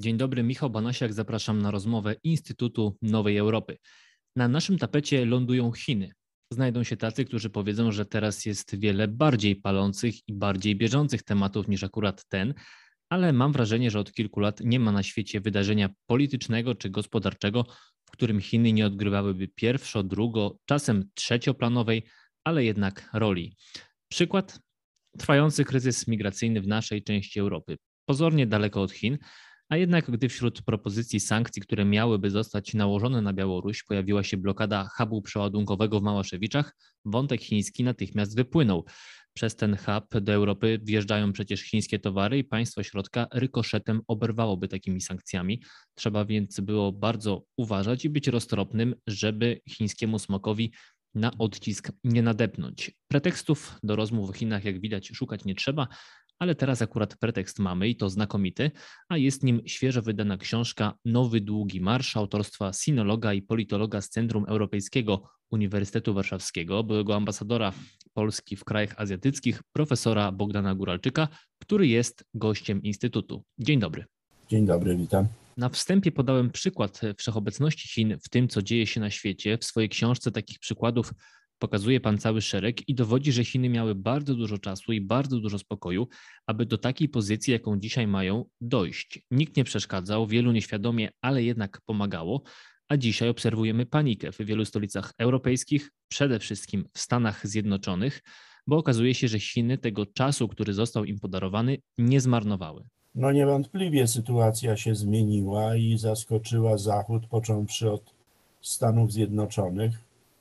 Dzień dobry, Michał Banasiak, zapraszam na rozmowę Instytutu Nowej Europy. Na naszym tapecie lądują Chiny. Znajdą się tacy, którzy powiedzą, że teraz jest wiele bardziej palących i bardziej bieżących tematów niż akurat ten, ale mam wrażenie, że od kilku lat nie ma na świecie wydarzenia politycznego czy gospodarczego, w którym Chiny nie odgrywałyby pierwszo, drugo, czasem trzecioplanowej, ale jednak roli. Przykład: trwający kryzys migracyjny w naszej części Europy. Pozornie daleko od Chin, a jednak gdy wśród propozycji sankcji, które miałyby zostać nałożone na Białoruś, pojawiła się blokada hubu przeładunkowego w Małaszewiczach, wątek chiński natychmiast wypłynął. Przez ten hub do Europy wjeżdżają przecież chińskie towary i państwo środka rykoszetem oberwałoby takimi sankcjami. Trzeba więc było bardzo uważać i być roztropnym, żeby chińskiemu smokowi na odcisk nie nadepnąć. Pretekstów do rozmów o Chinach, jak widać, szukać nie trzeba, ale teraz akurat pretekst mamy i to znakomity, a jest nim świeżo wydana książka Nowy Długi Marsz autorstwa sinologa i politologa z Centrum Europejskiego Uniwersytetu Warszawskiego, byłego ambasadora Polski w krajach azjatyckich, profesora Bogdana Guralczyka, który jest gościem Instytutu. Dzień dobry. Dzień dobry, witam. Na wstępie podałem przykład wszechobecności Chin w tym, co dzieje się na świecie. W swojej książce takich przykładów pokazuje pan cały szereg i dowodzi, że Chiny miały bardzo dużo czasu i bardzo dużo spokoju, aby do takiej pozycji, jaką dzisiaj mają, dojść. Nikt nie przeszkadzał, wielu nieświadomie, ale jednak pomagało, a dzisiaj obserwujemy panikę w wielu stolicach europejskich, przede wszystkim w Stanach Zjednoczonych, bo okazuje się, że Chiny tego czasu, który został im podarowany, nie zmarnowały. No niewątpliwie sytuacja się zmieniła i zaskoczyła Zachód, począwszy od Stanów Zjednoczonych.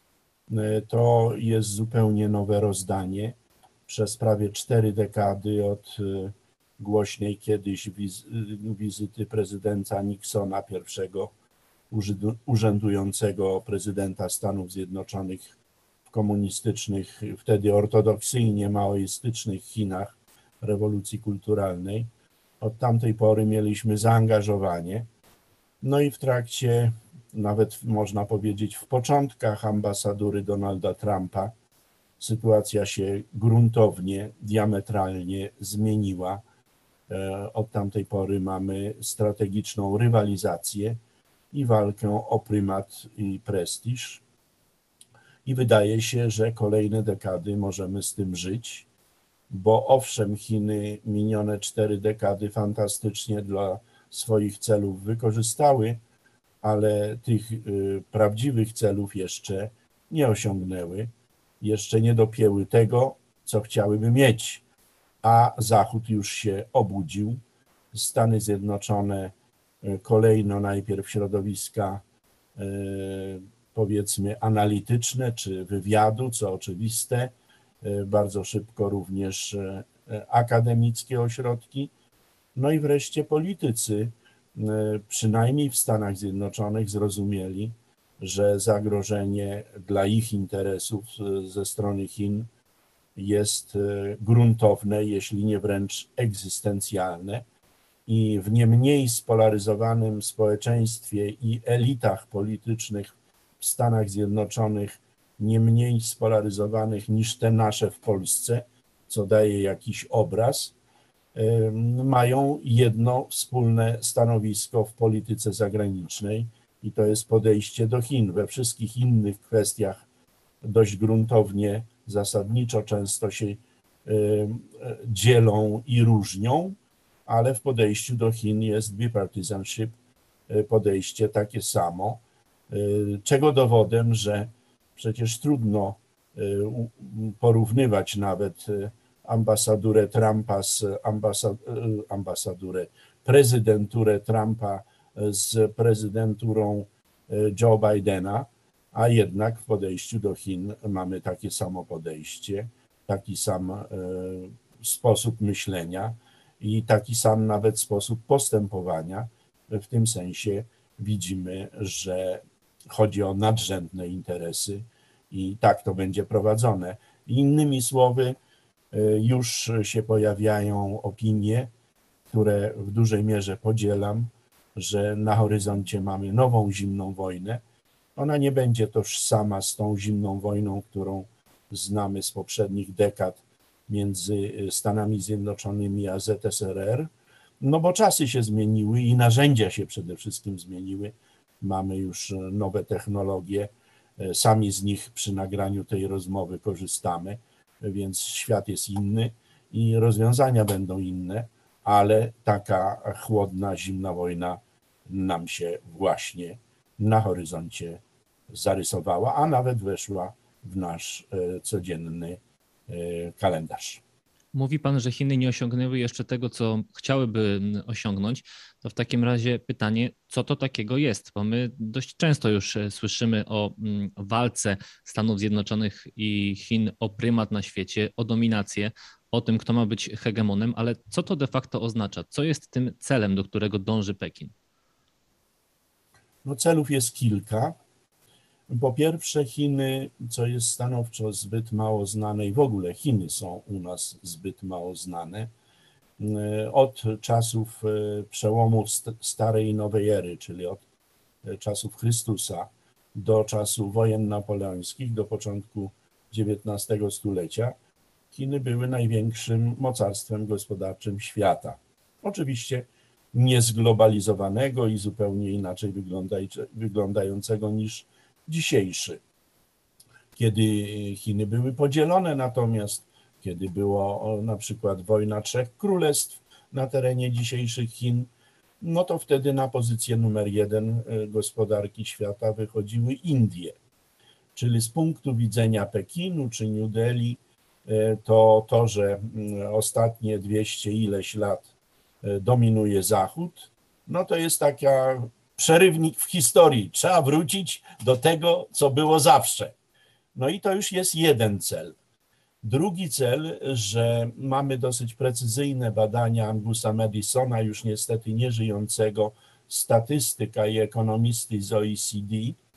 To jest zupełnie nowe rozdanie. Przez prawie 4 dekady od głośnej kiedyś wizyty prezydenta Nixona, pierwszego urzędującego prezydenta Stanów Zjednoczonych w komunistycznych, wtedy ortodoksyjnie maoistycznych Chinach, rewolucji kulturalnej. Od tamtej pory mieliśmy zaangażowanie. No i w trakcie, nawet można powiedzieć w początkach ambasadury Donalda Trumpa, sytuacja się gruntownie, diametralnie zmieniła. Od tamtej pory mamy strategiczną rywalizację i walkę o prymat i prestiż. I wydaje się, że kolejne dekady możemy z tym żyć, bo owszem, Chiny minione 4 dekady fantastycznie dla swoich celów wykorzystały, ale tych prawdziwych celów jeszcze nie osiągnęły, jeszcze nie dopięły tego, co chciałyby mieć, a Zachód już się obudził. Stany Zjednoczone kolejno najpierw środowiska powiedzmy analityczne czy wywiadu, co oczywiste, bardzo szybko również akademickie ośrodki, no i wreszcie politycy, przynajmniej w Stanach Zjednoczonych, zrozumieli, że zagrożenie dla ich interesów ze strony Chin jest gruntowne, jeśli nie wręcz egzystencjalne, i w nie mniej spolaryzowanym społeczeństwie i elitach politycznych w Stanach Zjednoczonych, nie mniej spolaryzowanych niż te nasze w Polsce, co daje jakiś obraz, mają jedno wspólne stanowisko w polityce zagranicznej i to jest podejście do Chin. We wszystkich innych kwestiach dość gruntownie, zasadniczo często się dzielą i różnią, ale w podejściu do Chin jest bipartisanship, podejście takie samo, czego dowodem, że przecież trudno porównywać nawet ambasadurę Trumpa z prezydenturę Trumpa z prezydenturą Joe Bidena, a jednak w podejściu do Chin mamy takie samo podejście, taki sam sposób myślenia i taki sam nawet sposób postępowania. W tym sensie widzimy, że chodzi o nadrzędne interesy i tak to będzie prowadzone. Innymi słowy, już się pojawiają opinie, które w dużej mierze podzielam, że na horyzoncie mamy nową zimną wojnę. Ona nie będzie tożsama z tą zimną wojną, którą znamy z poprzednich dekad między Stanami Zjednoczonymi a ZSRR, no bo czasy się zmieniły i narzędzia się przede wszystkim zmieniły. Mamy już nowe technologie, sami z nich przy nagraniu tej rozmowy korzystamy, więc świat jest inny i rozwiązania będą inne, ale taka chłodna, zimna wojna nam się właśnie na horyzoncie zarysowała, a nawet weszła w nasz codzienny kalendarz. Mówi Pan, że Chiny nie osiągnęły jeszcze tego, co chciałyby osiągnąć. To w takim razie pytanie, co to takiego jest? Bo my dość często już słyszymy o walce Stanów Zjednoczonych i Chin o prymat na świecie, o dominację, o tym, kto ma być hegemonem, ale co to de facto oznacza? Co jest tym celem, do którego dąży Pekin? No celów jest kilka. Po pierwsze Chiny, co jest stanowczo zbyt mało znane i w ogóle Chiny są u nas zbyt mało znane. Od czasów przełomu starej i nowej ery, czyli od czasów Chrystusa do czasu wojen napoleońskich, do początku XIX stulecia, Chiny były największym mocarstwem gospodarczym świata. Oczywiście niezglobalizowanego i zupełnie inaczej wyglądającego niż dzisiejszy. Kiedy Chiny były podzielone natomiast, kiedy było na przykład wojna trzech królestw na terenie dzisiejszych Chin, no to wtedy na pozycję numer 1 gospodarki świata wychodziły Indie. Czyli z punktu widzenia Pekinu czy New Delhi to, że ostatnie 200 ileś lat dominuje Zachód, no to jest taka przerywnik w historii. Trzeba wrócić do tego, co było zawsze. No i to już jest jeden cel. Drugi cel, że mamy dosyć precyzyjne badania Angusa Madisona, już niestety nieżyjącego, statystyka i ekonomisty z OECD,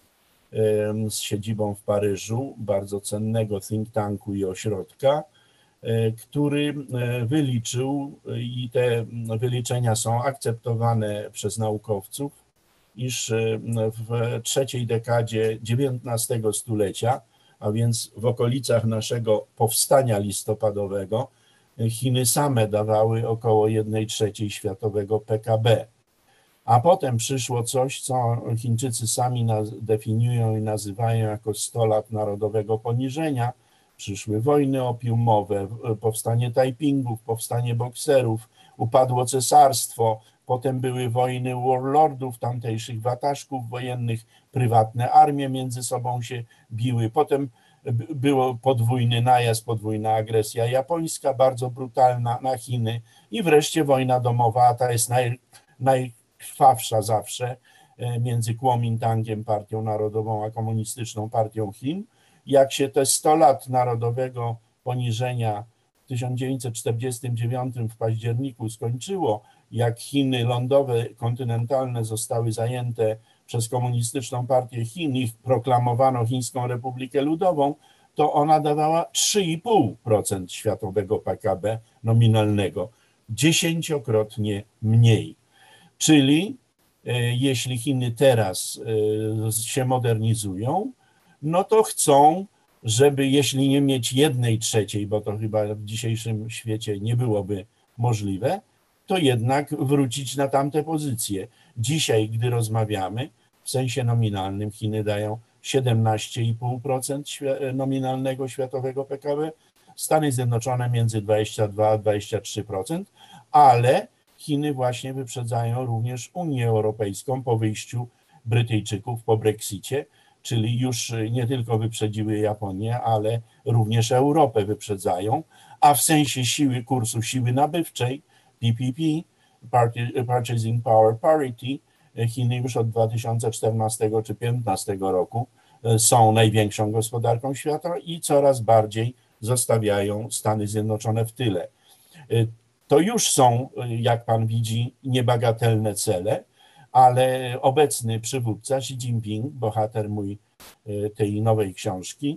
z siedzibą w Paryżu, bardzo cennego think tanku i ośrodka, który wyliczył, i te wyliczenia są akceptowane przez naukowców, iż w trzeciej dekadzie XIX stulecia, a więc w okolicach naszego powstania listopadowego, Chiny same dawały około 1/3 światowego PKB. A potem przyszło coś, co Chińczycy sami definiują i nazywają jako 100 lat narodowego poniżenia. Przyszły wojny opiumowe, powstanie Taipingów, powstanie bokserów, upadło cesarstwo, potem były wojny warlordów, tamtejszych wataszków wojennych, prywatne armie między sobą się biły, potem było podwójny najazd, podwójna agresja japońska, bardzo brutalna na Chiny i wreszcie wojna domowa, a ta jest najkrwawsza zawsze między Kuomintangiem, Partią Narodową, a Komunistyczną Partią Chin. Jak się te 100 lat narodowego poniżenia w 1949 w październiku skończyło, jak Chiny lądowe, kontynentalne zostały zajęte przez Komunistyczną Partię Chin i proklamowano Chińską Republikę Ludową, to ona dawała 3,5% światowego PKB nominalnego, 10-krotnie mniej. Czyli jeśli Chiny teraz się modernizują, no to chcą, żeby jeśli nie mieć 1/3, bo to chyba w dzisiejszym świecie nie byłoby możliwe, to jednak wrócić na tamte pozycje. Dzisiaj, gdy rozmawiamy, w sensie nominalnym Chiny dają 17,5% nominalnego światowego PKB, Stany Zjednoczone między 22 a 23%, ale Chiny właśnie wyprzedzają również Unię Europejską po wyjściu Brytyjczyków po Brexicie, czyli już nie tylko wyprzedziły Japonię, ale również Europę wyprzedzają, a w sensie siły, kursu siły nabywczej, PPP, Purchasing Power Parity, Chiny już od 2014 czy 2015 roku są największą gospodarką świata i coraz bardziej zostawiają Stany Zjednoczone w tyle. To już są, jak pan widzi, niebagatelne cele, ale obecny przywódca Xi Jinping, bohater tej nowej książki,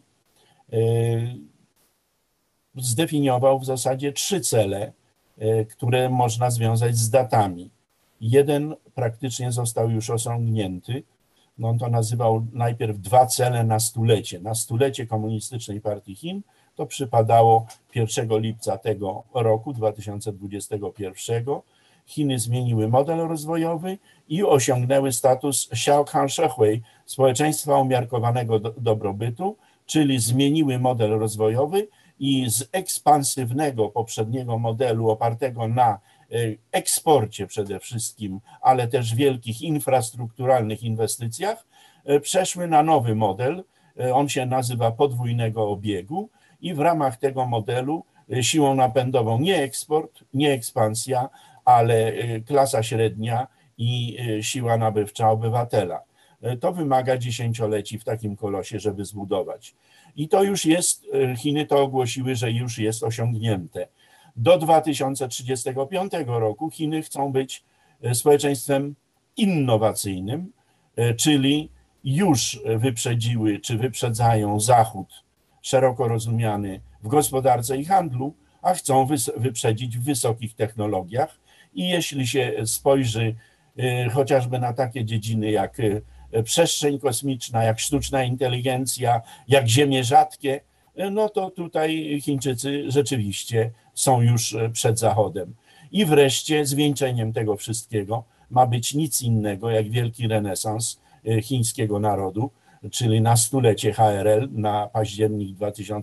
zdefiniował w zasadzie 3 cele, które można związać z datami. Jeden praktycznie został już osiągnięty. No on to nazywał najpierw 2 cele na stulecie. Na stulecie Komunistycznej Partii Chin to przypadało 1 lipca tego roku, 2021, Chiny zmieniły model rozwojowy i osiągnęły status Xiaokan Shehui, społeczeństwa umiarkowanego dobrobytu, czyli zmieniły model rozwojowy i z ekspansywnego poprzedniego modelu opartego na eksporcie przede wszystkim, ale też wielkich infrastrukturalnych inwestycjach, przeszły na nowy model. On się nazywa podwójnego obiegu i w ramach tego modelu siłą napędową nie eksport, nie ekspansja, ale klasa średnia i siła nabywcza obywatela. To wymaga dziesięcioleci w takim kolosie, żeby zbudować. I to już jest, Chiny to ogłosiły, że już jest osiągnięte. Do 2035 roku Chiny chcą być społeczeństwem innowacyjnym, czyli już wyprzedziły czy wyprzedzają Zachód szeroko rozumiany w gospodarce i handlu, a chcą wyprzedzić w wysokich technologiach. I jeśli się spojrzy chociażby na takie dziedziny jak przestrzeń kosmiczna, jak sztuczna inteligencja, jak ziemie rzadkie, no to tutaj Chińczycy rzeczywiście są już przed Zachodem. I wreszcie zwieńczeniem tego wszystkiego ma być nic innego jak wielki renesans chińskiego narodu, czyli na stulecie HRL, na październik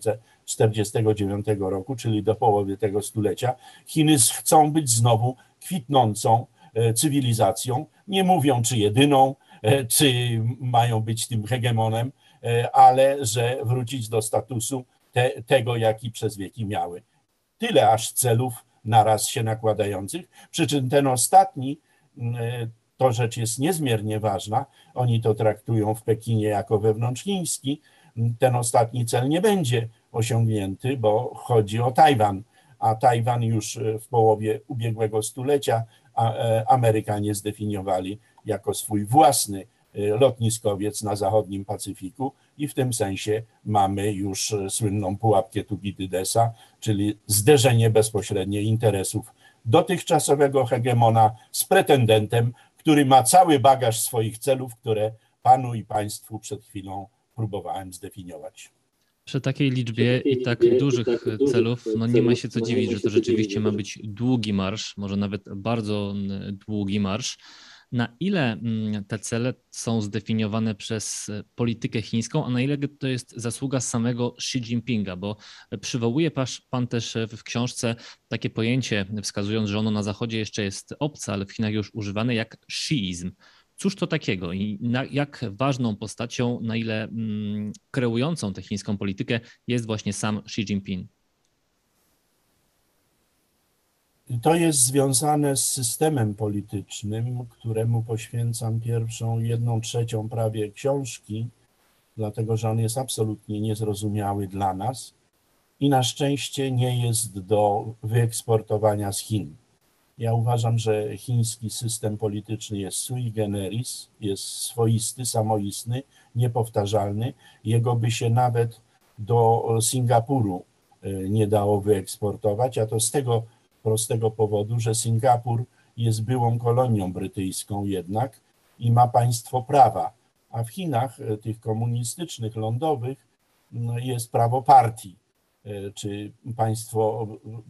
2049 roku, czyli do połowy tego stulecia. Chiny chcą być znowu kwitnącą cywilizacją. Nie mówią, czy jedyną, czy mają być tym hegemonem, ale że wrócić do statusu tego, jaki przez wieki miały. Tyle aż celów naraz się nakładających, przy czym ten ostatni, to rzecz jest niezmiernie ważna, oni to traktują w Pekinie jako wewnątrzchiński, ten ostatni cel nie będzie osiągnięty, bo chodzi o Tajwan, a Tajwan już w połowie ubiegłego stulecia Amerykanie zdefiniowali jako swój własny lotniskowiec na zachodnim Pacyfiku i w tym sensie mamy już słynną pułapkę Thukydidesa, czyli zderzenie bezpośrednie interesów dotychczasowego hegemona z pretendentem, który ma cały bagaż swoich celów, które panu i państwu przed chwilą próbowałem zdefiniować. Przy takiej liczbie i tak dużych celów, no nie ma się co dziwić, że to rzeczywiście ma być długi marsz, może nawet bardzo długi marsz. Na ile te cele są zdefiniowane przez politykę chińską, a na ile to jest zasługa samego Xi Jinpinga, bo przywołuje pan też w książce takie pojęcie, wskazując, że ono na Zachodzie jeszcze jest obce, ale w Chinach już używane, jak Xiizm. Cóż to takiego i jak ważną postacią, na ile kreującą tę chińską politykę jest właśnie sam Xi Jinping? To jest związane z systemem politycznym, któremu poświęcam pierwszą 1/3 prawie książki, dlatego że on jest absolutnie niezrozumiały dla nas i na szczęście nie jest do wyeksportowania z Chin. Ja uważam, że chiński system polityczny jest sui generis, jest swoisty, samoistny, niepowtarzalny. Jego by się nawet do Singapuru nie dało wyeksportować, a to z tego prostego powodu, że Singapur jest byłą kolonią brytyjską jednak i ma państwo prawa, a w Chinach tych komunistycznych, lądowych jest prawo partii, czy państwo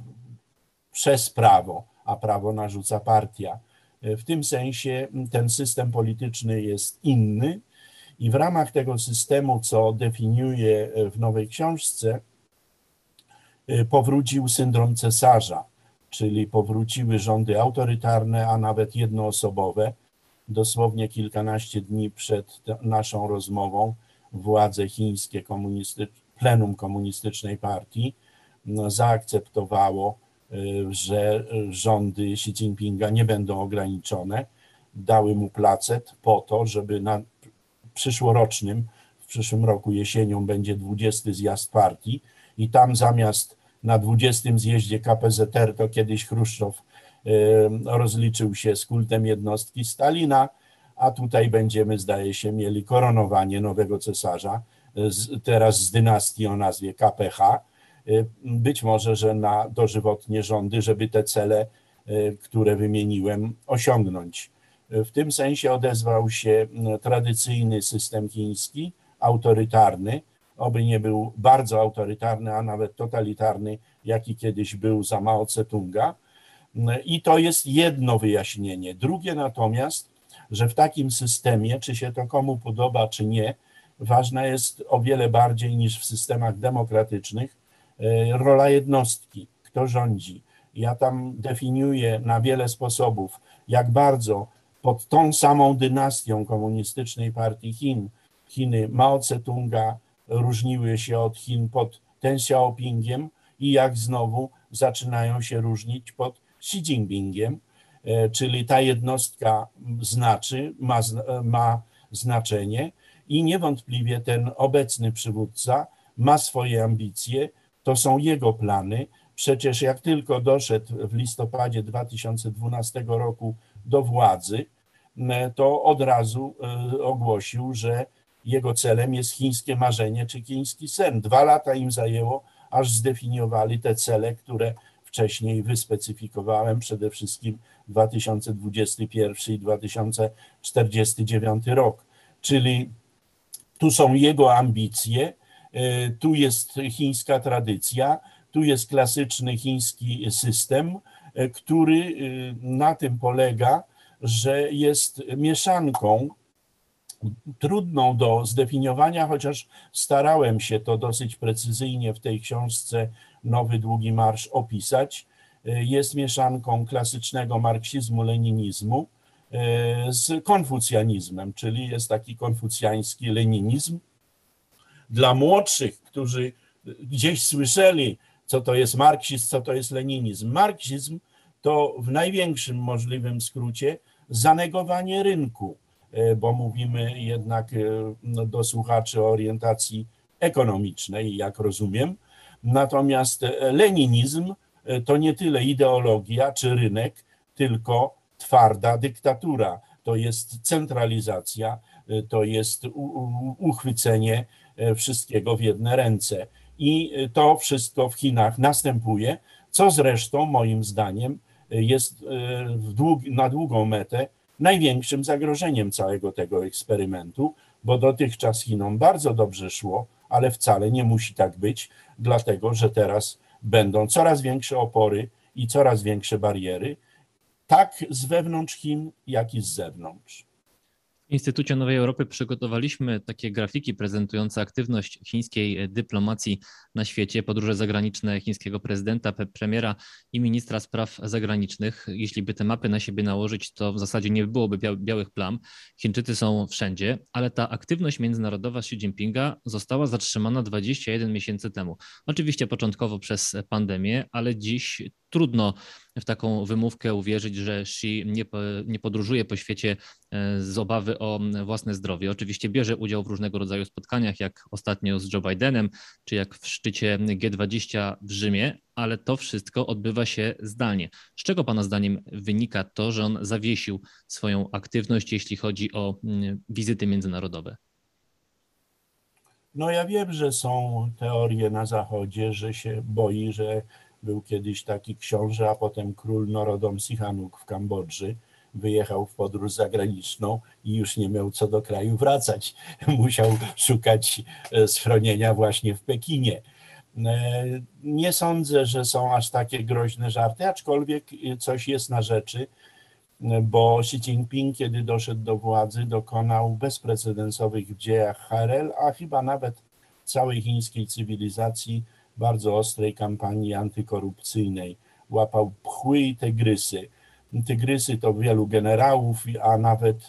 przez prawo, a prawo narzuca partia. W tym sensie ten system polityczny jest inny i w ramach tego systemu, co definiuje w nowej książce, powrócił syndrom cesarza, czyli powróciły rządy autorytarne, a nawet jednoosobowe. Dosłownie kilkanaście dni przed naszą rozmową władze chińskie, plenum komunistycznej partii zaakceptowało, że rządy Xi Jinpinga nie będą ograniczone. Dały mu placet po to, żeby na przyszłorocznym, w przyszłym roku jesienią będzie 20. zjazd partii i tam zamiast na 20. zjeździe KPZR to kiedyś Chruszczow rozliczył się z kultem jednostki Stalina, a tutaj będziemy, zdaje się, mieli koronowanie nowego cesarza, teraz z dynastii o nazwie KPH. Być może, że na dożywotnie rządy, żeby te cele, które wymieniłem, osiągnąć. W tym sensie odezwał się tradycyjny system chiński, autorytarny, oby nie był bardzo autorytarny, a nawet totalitarny, jaki kiedyś był za Mao Tse-tunga, I to jest jedno wyjaśnienie. Drugie natomiast, że w takim systemie, czy się to komu podoba, czy nie, ważna jest o wiele bardziej niż w systemach demokratycznych rola jednostki, kto rządzi. Ja tam definiuję na wiele sposobów, jak bardzo pod tą samą dynastią Komunistycznej Partii Chin, Chiny Mao Tse-tunga różniły się od Chin pod Deng Xiaopingiem i jak znowu zaczynają się różnić pod Xi Jinpingiem, czyli ta jednostka ma znaczenie i niewątpliwie ten obecny przywódca ma swoje ambicje, to są jego plany. Przecież jak tylko doszedł w listopadzie 2012 roku do władzy, to od razu ogłosił, że jego celem jest chińskie marzenie czy chiński sen. 2 lata im zajęło, aż zdefiniowali te cele, które wcześniej wyspecyfikowałem, przede wszystkim 2021 i 2049 rok. Czyli tu są jego ambicje, tu jest chińska tradycja, tu jest klasyczny chiński system, który na tym polega, że jest mieszanką trudną do zdefiniowania, chociaż starałem się to dosyć precyzyjnie w tej książce Nowy Długi Marsz opisać. Jest mieszanką klasycznego marksizmu-leninizmu z konfucjanizmem, czyli jest taki konfucjański leninizm. Dla młodszych, którzy gdzieś słyszeli, co to jest marksizm, co to jest leninizm. Marksizm to w największym możliwym skrócie zanegowanie rynku, bo mówimy jednak do słuchaczy o orientacji ekonomicznej, jak rozumiem. Natomiast leninizm to nie tyle ideologia czy rynek, tylko twarda dyktatura. To jest centralizacja, to jest uchwycenie wszystkiego w jedne ręce. I to wszystko w Chinach następuje, co zresztą moim zdaniem jest na długą metę największym zagrożeniem całego tego eksperymentu, bo dotychczas Chinom bardzo dobrze szło, ale wcale nie musi tak być, dlatego że teraz będą coraz większe opory i coraz większe bariery, tak z wewnątrz Chin, jak i z zewnątrz. W Instytucie Nowej Europy przygotowaliśmy takie grafiki prezentujące aktywność chińskiej dyplomacji na świecie, podróże zagraniczne chińskiego prezydenta, premiera i ministra spraw zagranicznych. Jeśli by te mapy na siebie nałożyć, to w zasadzie nie byłoby białych plam. Chińczycy są wszędzie, ale ta aktywność międzynarodowa Xi Jinpinga została zatrzymana 21 miesięcy temu. Oczywiście początkowo przez pandemię, ale dziś trudno w taką wymówkę uwierzyć, że Xi nie podróżuje po świecie z obawy o własne zdrowie. Oczywiście bierze udział w różnego rodzaju spotkaniach, jak ostatnio z Joe Bidenem, czy jak w szczycie G20 w Rzymie, ale to wszystko odbywa się zdalnie. Z czego Pana zdaniem wynika to, że on zawiesił swoją aktywność, jeśli chodzi o wizyty międzynarodowe? No ja wiem, że są teorie na Zachodzie, że się boi, że był kiedyś taki książę, a potem król Norodom Sihanouk w Kambodży. Wyjechał w podróż zagraniczną i już nie miał co do kraju wracać. Musiał szukać schronienia właśnie w Pekinie. Nie sądzę, że są aż takie groźne żarty, aczkolwiek coś jest na rzeczy, bo Xi Jinping, kiedy doszedł do władzy, dokonał bezprecedensowych w dziejach HRL, a chyba nawet całej chińskiej cywilizacji bardzo ostrej kampanii antykorupcyjnej. Łapał pchły i tygrysy. Tygrysy to wielu generałów, a nawet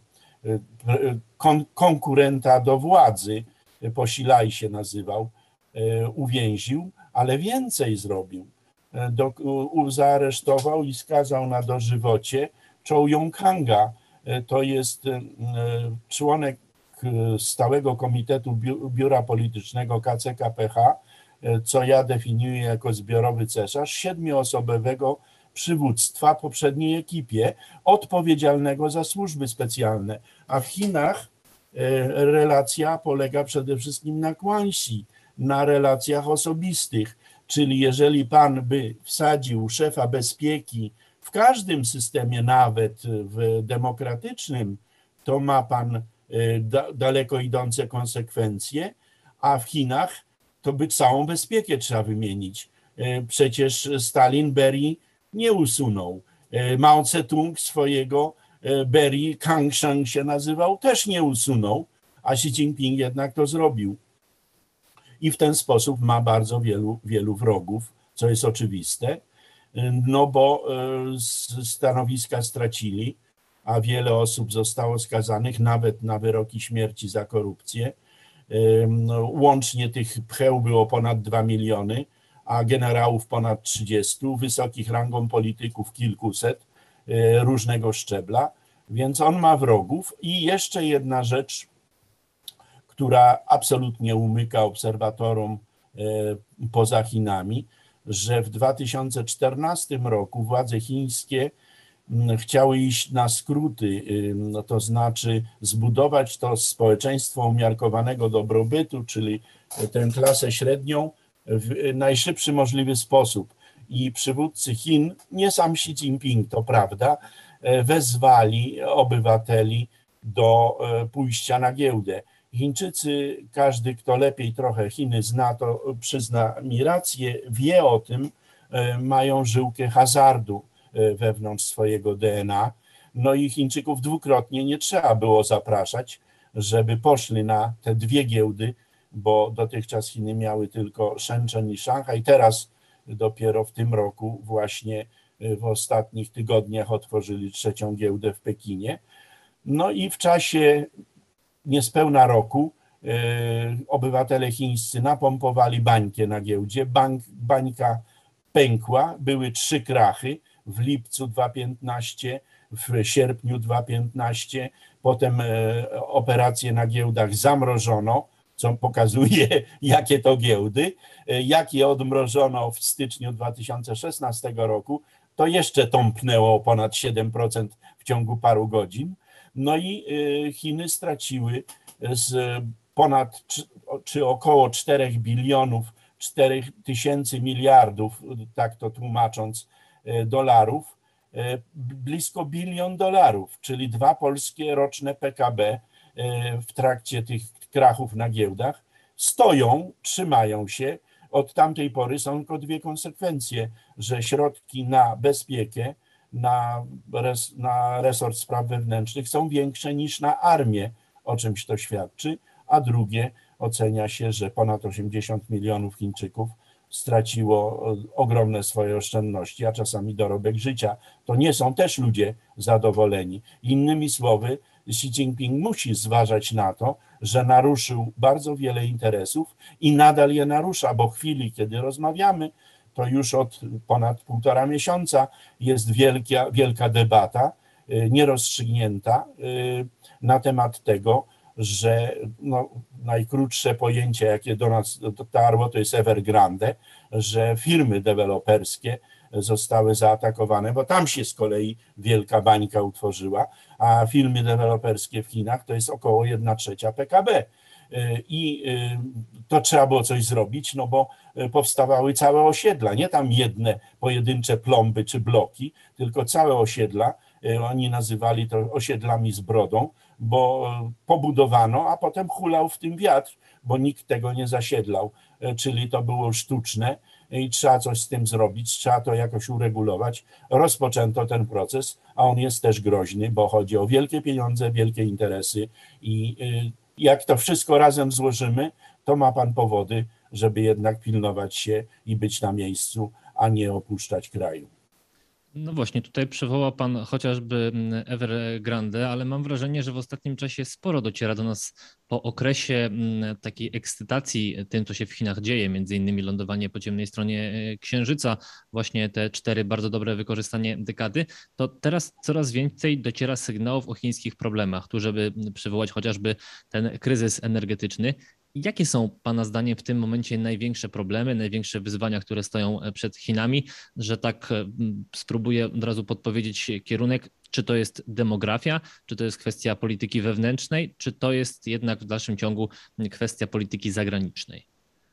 konkurenta do władzy, Posilaj się nazywał, uwięził, ale więcej zrobił. Zaaresztował i skazał na dożywocie Chow Yong-kanga. To jest członek Stałego Komitetu Biura Politycznego KCKPH, co ja definiuję jako zbiorowy cesarz, 7-osobowego przywództwa poprzedniej ekipie, odpowiedzialnego za służby specjalne. A w Chinach relacja polega przede wszystkim na Guanxi, na relacjach osobistych, czyli jeżeli pan by wsadził szefa bezpieki w każdym systemie, nawet w demokratycznym, to ma pan daleko idące konsekwencje, a w Chinach to by całą bezpiekę trzeba wymienić. Przecież Stalin, Berii nie usunął. Mao Tse-tung swojego Berry Kangsheng się nazywał, też nie usunął, a Xi Jinping jednak to zrobił. I w ten sposób ma bardzo wielu wrogów, co jest oczywiste, no bo stanowiska stracili, a wiele osób zostało skazanych nawet na wyroki śmierci za korupcję. Łącznie tych pcheł było ponad 2 miliony, a generałów ponad 30, wysokich rangą polityków kilkuset, różnego szczebla, więc on ma wrogów. I jeszcze jedna rzecz, która absolutnie umyka obserwatorom poza Chinami, że w 2014 roku władze chińskie chciały iść na skróty, to znaczy zbudować to społeczeństwo umiarkowanego dobrobytu, czyli tę klasę średnią w najszybszy możliwy sposób. I przywódcy Chin, nie sam Xi Jinping, to prawda, wezwali obywateli do pójścia na giełdę. Chińczycy, każdy, kto lepiej trochę Chiny zna, to przyzna mi rację, wie o tym, mają żyłkę hazardu wewnątrz swojego DNA. No i Chińczyków dwukrotnie nie trzeba było zapraszać, żeby poszli na te dwie giełdy, bo dotychczas Chiny miały tylko Shenzhen i Szanghaj. Teraz dopiero w tym roku, właśnie w ostatnich tygodniach, otworzyli trzecią giełdę w Pekinie. No i w czasie niespełna roku obywatele chińscy napompowali bańkę na giełdzie. Bańka pękła, były 3 krachy. W lipcu 2015, w sierpniu 2015, potem operacje na giełdach zamrożono, co pokazuje, jakie to giełdy. Jak je odmrożono w styczniu 2016 roku, to jeszcze tąpnęło o ponad 7% w ciągu paru godzin. No i Chiny straciły z ponad, czy około 4 bilionów, 4 tysięcy miliardów, tak to tłumacząc, dolarów, blisko $1 bilion, czyli 2 polskie roczne PKB w trakcie tych krachów na giełdach stoją, trzymają się. Od tamtej pory są tylko 2 konsekwencje, że środki na bezpiekę, na resort spraw wewnętrznych są większe niż na armię, o czymś to świadczy, a drugie, ocenia się, że ponad 80 milionów Chińczyków straciło ogromne swoje oszczędności, a czasami dorobek życia. To nie są też ludzie zadowoleni. Innymi słowy, Xi Jinping musi zważać na to, że naruszył bardzo wiele interesów i nadal je narusza, bo w chwili, kiedy rozmawiamy, to już od ponad 1,5 miesiąca jest wielka debata, nierozstrzygnięta, na temat tego, że najkrótsze pojęcie, jakie do nas dotarło, to jest Evergrande, że firmy deweloperskie zostały zaatakowane, bo tam się z kolei wielka bańka utworzyła, a firmy deweloperskie w Chinach to jest około 1/3 PKB. I to trzeba było coś zrobić, no bo powstawały całe osiedla, nie tam jedne pojedyncze plomby czy bloki, tylko całe osiedla. Oni nazywali to osiedlami z brodą, bo pobudowano, a potem hulał w tym wiatr, bo nikt tego nie zasiedlał, czyli to było sztuczne i trzeba coś z tym zrobić, trzeba to jakoś uregulować. Rozpoczęto ten proces, a on jest też groźny, bo chodzi o wielkie pieniądze, wielkie interesy i jak to wszystko razem złożymy, to ma pan powody, żeby jednak pilnować się i być na miejscu, a nie opuszczać kraju. No właśnie, tutaj przywołał pan chociażby Evergrande, ale mam wrażenie, że w ostatnim czasie sporo dociera do nas po okresie takiej ekscytacji tym, co się w Chinach dzieje, między innymi lądowanie po ciemnej stronie Księżyca, właśnie te 4 bardzo dobre wykorzystanie dekady, to teraz coraz więcej dociera sygnałów o chińskich problemach, tu żeby przywołać chociażby ten kryzys energetyczny. Jakie są pana zdaniem w tym momencie największe problemy, największe wyzwania, które stoją przed Chinami, że tak spróbuję od razu podpowiedzieć kierunek, czy to jest demografia, czy to jest kwestia polityki wewnętrznej, czy to jest jednak w dalszym ciągu kwestia polityki zagranicznej?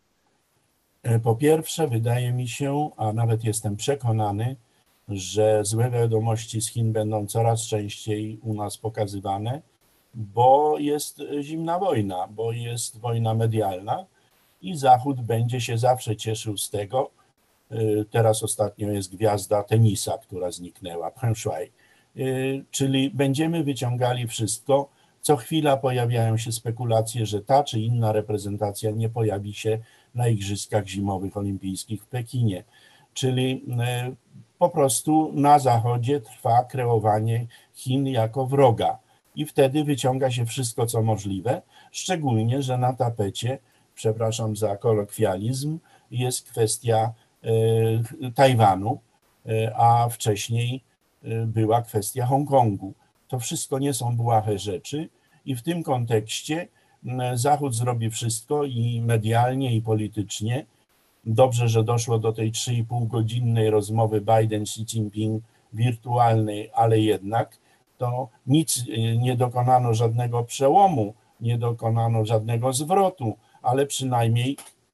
Po pierwsze, wydaje mi się, a nawet jestem przekonany, że złe wiadomości z Chin będą coraz częściej u nas pokazywane, bo jest zimna wojna, bo jest wojna medialna i Zachód będzie się zawsze cieszył z tego, Teraz ostatnio jest gwiazda tenisa, która zniknęła, Peng Shuai. Czyli będziemy wyciągali wszystko. Co chwila pojawiają się spekulacje, że ta czy inna reprezentacja nie pojawi się na Igrzyskach Zimowych Olimpijskich w Pekinie. Czyli po prostu na Zachodzie trwa kreowanie Chin jako wroga i wtedy wyciąga się wszystko, co możliwe, szczególnie, że na tapecie, przepraszam za kolokwializm, jest kwestia Tajwanu, a wcześniej była kwestia Hongkongu. To wszystko nie są błahe rzeczy i w tym kontekście Zachód zrobi wszystko i medialnie, i politycznie. Dobrze, że doszło do tej 3,5-godzinnej rozmowy Biden-Xi Jinping wirtualnej, ale jednak to nic nie dokonano żadnego przełomu, nie dokonano żadnego zwrotu, ale przynajmniej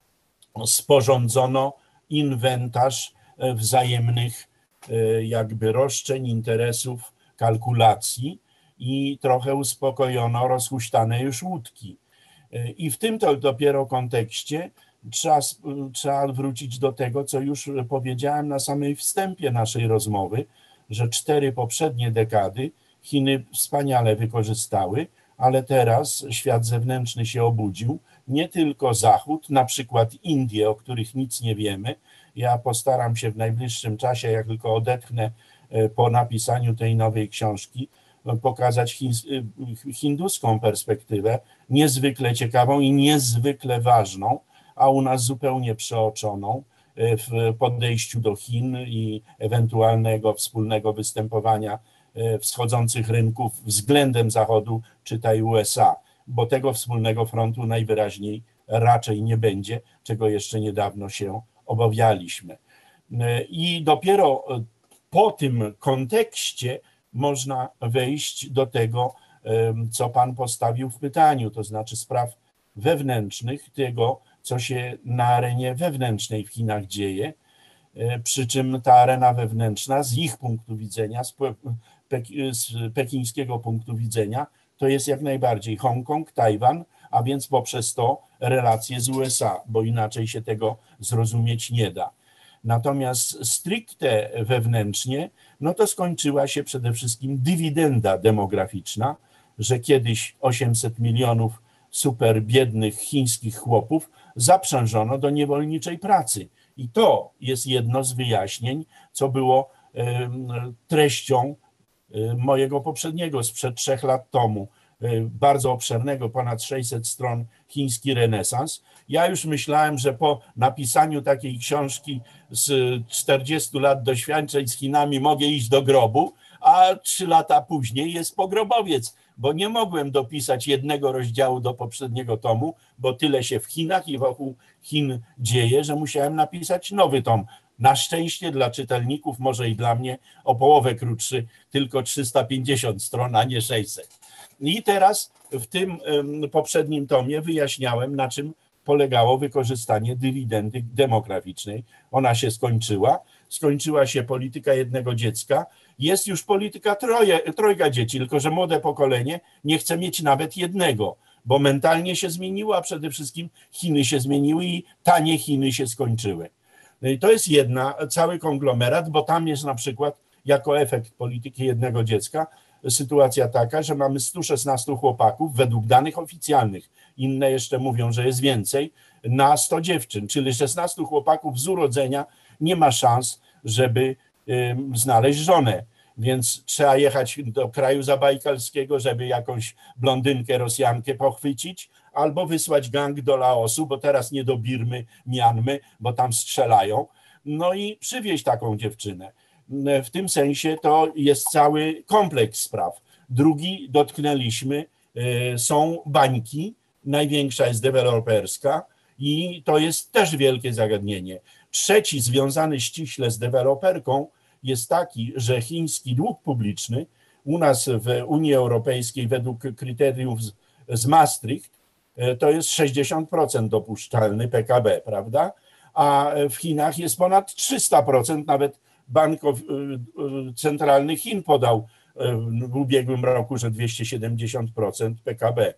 sporządzono inwentarz wzajemnych jakby roszczeń, interesów, kalkulacji i trochę uspokojono rozhuśtane już łódki. I w tym to dopiero kontekście trzeba wrócić do tego, co już powiedziałem na samej wstępie naszej rozmowy, że 4 poprzednie dekady Chiny wspaniale wykorzystały, ale teraz świat zewnętrzny się obudził, nie tylko Zachód, na przykład Indie, o których nic nie wiemy. Ja postaram się w najbliższym czasie, jak tylko odetchnę po napisaniu tej nowej książki, pokazać hinduską perspektywę, niezwykle ciekawą i niezwykle ważną, a u nas zupełnie przeoczoną w podejściu do Chin i ewentualnego wspólnego występowania wschodzących rynków względem Zachodu, czytaj USA, bo tego wspólnego frontu najwyraźniej raczej nie będzie, czego jeszcze niedawno się obawialiśmy. I dopiero po tym kontekście można wejść do tego, co pan postawił w pytaniu, to znaczy spraw wewnętrznych, tego, co się na arenie wewnętrznej w Chinach dzieje, przy czym ta arena wewnętrzna z ich punktu widzenia, z pekińskiego punktu widzenia, to jest jak najbardziej Hongkong, Tajwan, a więc poprzez to relacje z USA, bo inaczej się tego zrozumieć nie da. Natomiast stricte wewnętrznie, no to skończyła się przede wszystkim dywidenda demograficzna, że kiedyś 800 milionów super biednych chińskich chłopów zaprzężono do niewolniczej pracy. I to jest jedno z wyjaśnień, co było treścią mojego poprzedniego sprzed 3 lat temu, bardzo obszernego, ponad 600 stron, Chiński renesans. Ja już myślałem, że po napisaniu takiej książki z 40 lat doświadczeń z Chinami mogę iść do grobu, a 3 lata później jest pogrobowiec, bo nie mogłem dopisać jednego rozdziału do poprzedniego tomu, bo tyle się w Chinach i wokół Chin dzieje, że musiałem napisać nowy tom. Na szczęście dla czytelników, może i dla mnie, o połowę krótszy, tylko 350 stron, a nie 600. I teraz w tym poprzednim tomie wyjaśniałem, na czym polegało wykorzystanie dywidendy demograficznej. Ona się skończyła. Skończyła się polityka jednego dziecka. Jest już polityka trojga dzieci, tylko że młode pokolenie nie chce mieć nawet jednego, bo mentalnie się zmieniło, a przede wszystkim Chiny się zmieniły i tanie Chiny się skończyły. No i to jest cały konglomerat, bo tam jest na przykład jako efekt polityki jednego dziecka sytuacja taka, że mamy 116 chłopaków według danych oficjalnych, inne jeszcze mówią, że jest więcej, na 100 dziewczyn, czyli 16 chłopaków z urodzenia nie ma szans, żeby znaleźć żonę. Więc trzeba jechać do kraju zabajkalskiego, żeby jakąś blondynkę Rosjankę pochwycić, albo wysłać gang do Laosu, bo teraz nie do Birmy, Mianmy, bo tam strzelają, no i przywieźć taką dziewczynę. W tym sensie to jest cały kompleks spraw. Drugi dotknęliśmy, są bańki, największa jest deweloperska i to jest też wielkie zagadnienie. Trzeci związany ściśle z deweloperką jest taki, że chiński dług publiczny u nas w Unii Europejskiej według kryteriów z Maastricht to jest 60% dopuszczalny PKB, prawda? A w Chinach jest ponad 300%, nawet Bank Centralny Chin podał w ubiegłym roku, że 270% PKB.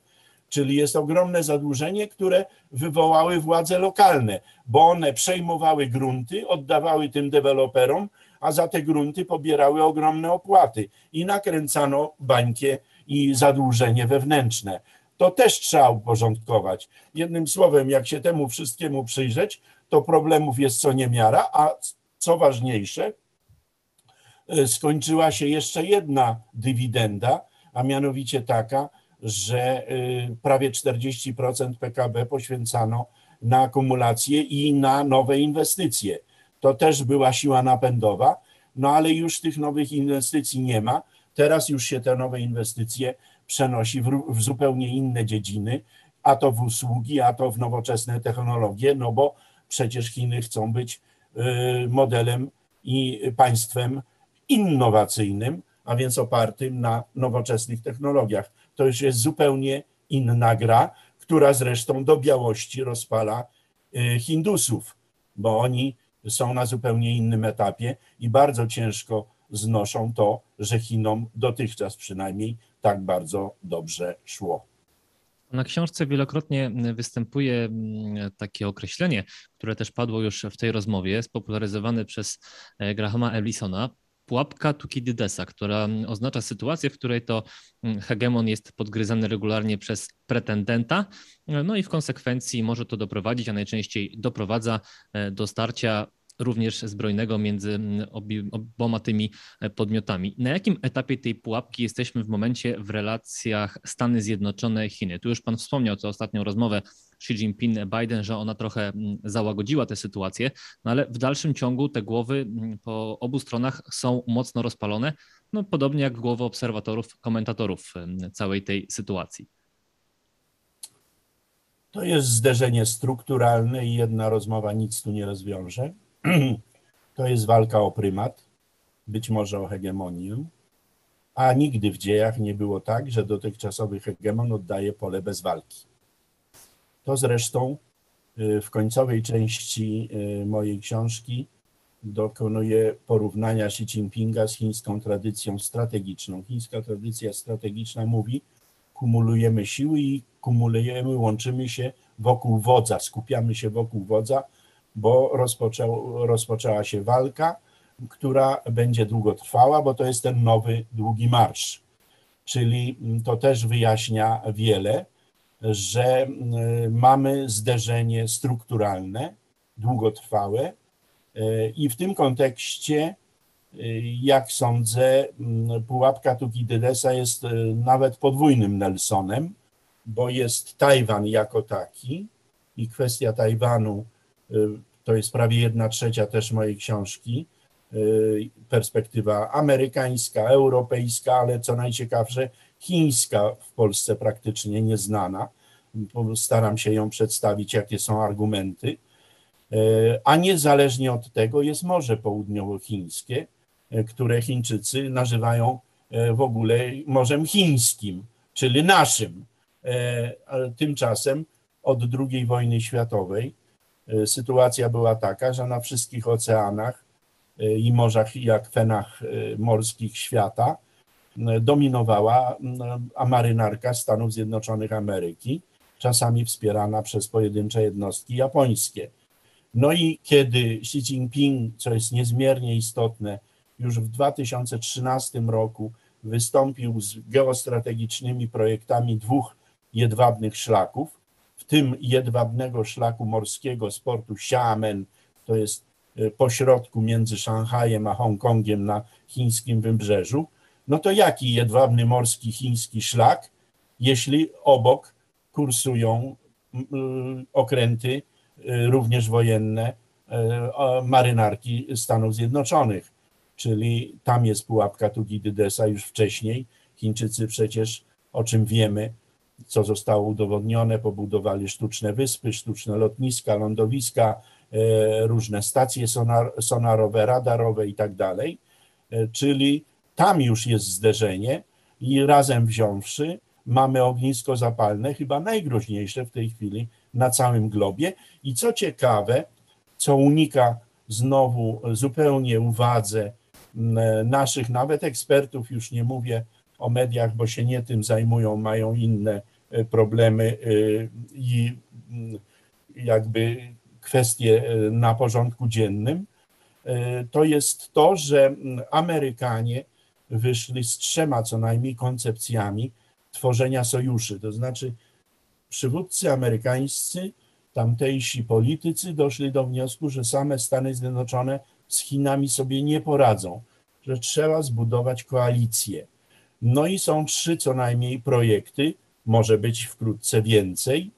Czyli jest ogromne zadłużenie, które wywołały władze lokalne, bo one przejmowały grunty, oddawały tym deweloperom, a za te grunty pobierały ogromne opłaty i nakręcano bańkę i zadłużenie wewnętrzne. To też trzeba uporządkować. Jednym słowem, jak się temu wszystkiemu przyjrzeć, to problemów jest co niemiara, a co ważniejsze, skończyła się jeszcze jedna dywidenda, a mianowicie taka, że prawie 40% PKB poświęcano na akumulację i na nowe inwestycje. To też była siła napędowa, no ale już tych nowych inwestycji nie ma. Teraz już się te nowe inwestycje przenosi w zupełnie inne dziedziny, a to w usługi, a to w nowoczesne technologie, no bo przecież Chiny chcą być modelem i państwem innowacyjnym, a więc opartym na nowoczesnych technologiach. To już jest zupełnie inna gra, która zresztą do białości rozpala Hindusów, bo oni są na zupełnie innym etapie i bardzo ciężko znoszą to, że Chinom dotychczas przynajmniej tak bardzo dobrze szło. Na książce wielokrotnie występuje takie określenie, które też padło już w tej rozmowie, spopularyzowane przez Grahama Ellisona, pułapka Thukydidesa, która oznacza sytuację, w której to hegemon jest podgryzany regularnie przez pretendenta, no i w konsekwencji może to doprowadzić, a najczęściej doprowadza do starcia również zbrojnego między oboma tymi podmiotami. Na jakim etapie tej pułapki jesteśmy w momencie w relacjach Stany Zjednoczone-Chiny? Tu już pan wspomniał co ostatnią rozmowę Xi Jinping-Biden, że ona trochę załagodziła tę sytuację, no ale w dalszym ciągu te głowy po obu stronach są mocno rozpalone, no podobnie jak głowy obserwatorów, komentatorów całej tej sytuacji. To jest zderzenie strukturalne i jedna rozmowa nic tu nie rozwiąże. To jest walka o prymat, być może o hegemonię, a nigdy w dziejach nie było tak, że dotychczasowy hegemon oddaje pole bez walki. To zresztą w końcowej części mojej książki dokonuję porównania Xi Jinpinga z chińską tradycją strategiczną. Chińska tradycja strategiczna mówi, kumulujemy siły i łączymy się wokół wodza, skupiamy się wokół wodza, bo rozpoczęła się walka, która będzie długo trwała, bo to jest ten nowy długi marsz. Czyli to też wyjaśnia wiele, że mamy zderzenie strukturalne, długotrwałe i w tym kontekście, jak sądzę, pułapka Thukydidesa jest nawet podwójnym Nelsonem, bo jest Tajwan jako taki i kwestia Tajwanu to jest prawie 1/3 też mojej książki, perspektywa amerykańska, europejska, ale co najciekawsze chińska w Polsce praktycznie nieznana. Staram się ją przedstawić, jakie są argumenty. A niezależnie od tego jest Morze Południowochińskie, które Chińczycy nazywają w ogóle Morzem Chińskim, czyli naszym. Tymczasem od II wojny światowej sytuacja była taka, że na wszystkich oceanach i morzach i akwenach morskich świata dominowała marynarka Stanów Zjednoczonych Ameryki, czasami wspierana przez pojedyncze jednostki japońskie. No i kiedy Xi Jinping, co jest niezmiernie istotne, już w 2013 roku wystąpił z geostrategicznymi projektami 2 jedwabnych szlaków, w tym jedwabnego szlaku morskiego z portu Xiamen, to jest pośrodku między Szanghajem a Hongkongiem na chińskim wybrzeżu, no to jaki jedwabny morski chiński szlak, jeśli obok kursują okręty również wojenne marynarki Stanów Zjednoczonych, czyli tam jest pułapka Thukydidesa już wcześniej. Chińczycy przecież, o czym wiemy, co zostało udowodnione, pobudowali sztuczne wyspy, sztuczne lotniska, lądowiska, różne stacje sonarowe, radarowe i tak dalej, czyli tam już jest zderzenie i razem wziąwszy mamy ognisko zapalne, chyba najgroźniejsze w tej chwili na całym globie. I co ciekawe, co unika znowu zupełnie uwadze naszych nawet ekspertów, już nie mówię o mediach, bo się nie tym zajmują, mają inne problemy i jakby kwestie na porządku dziennym, to jest to, że Amerykanie wyszli z 3 co najmniej koncepcjami tworzenia sojuszy. To znaczy przywódcy amerykańscy, tamtejsi politycy doszli do wniosku, że same Stany Zjednoczone z Chinami sobie nie poradzą, że trzeba zbudować koalicję. No i są 3 co najmniej projekty, może być wkrótce więcej,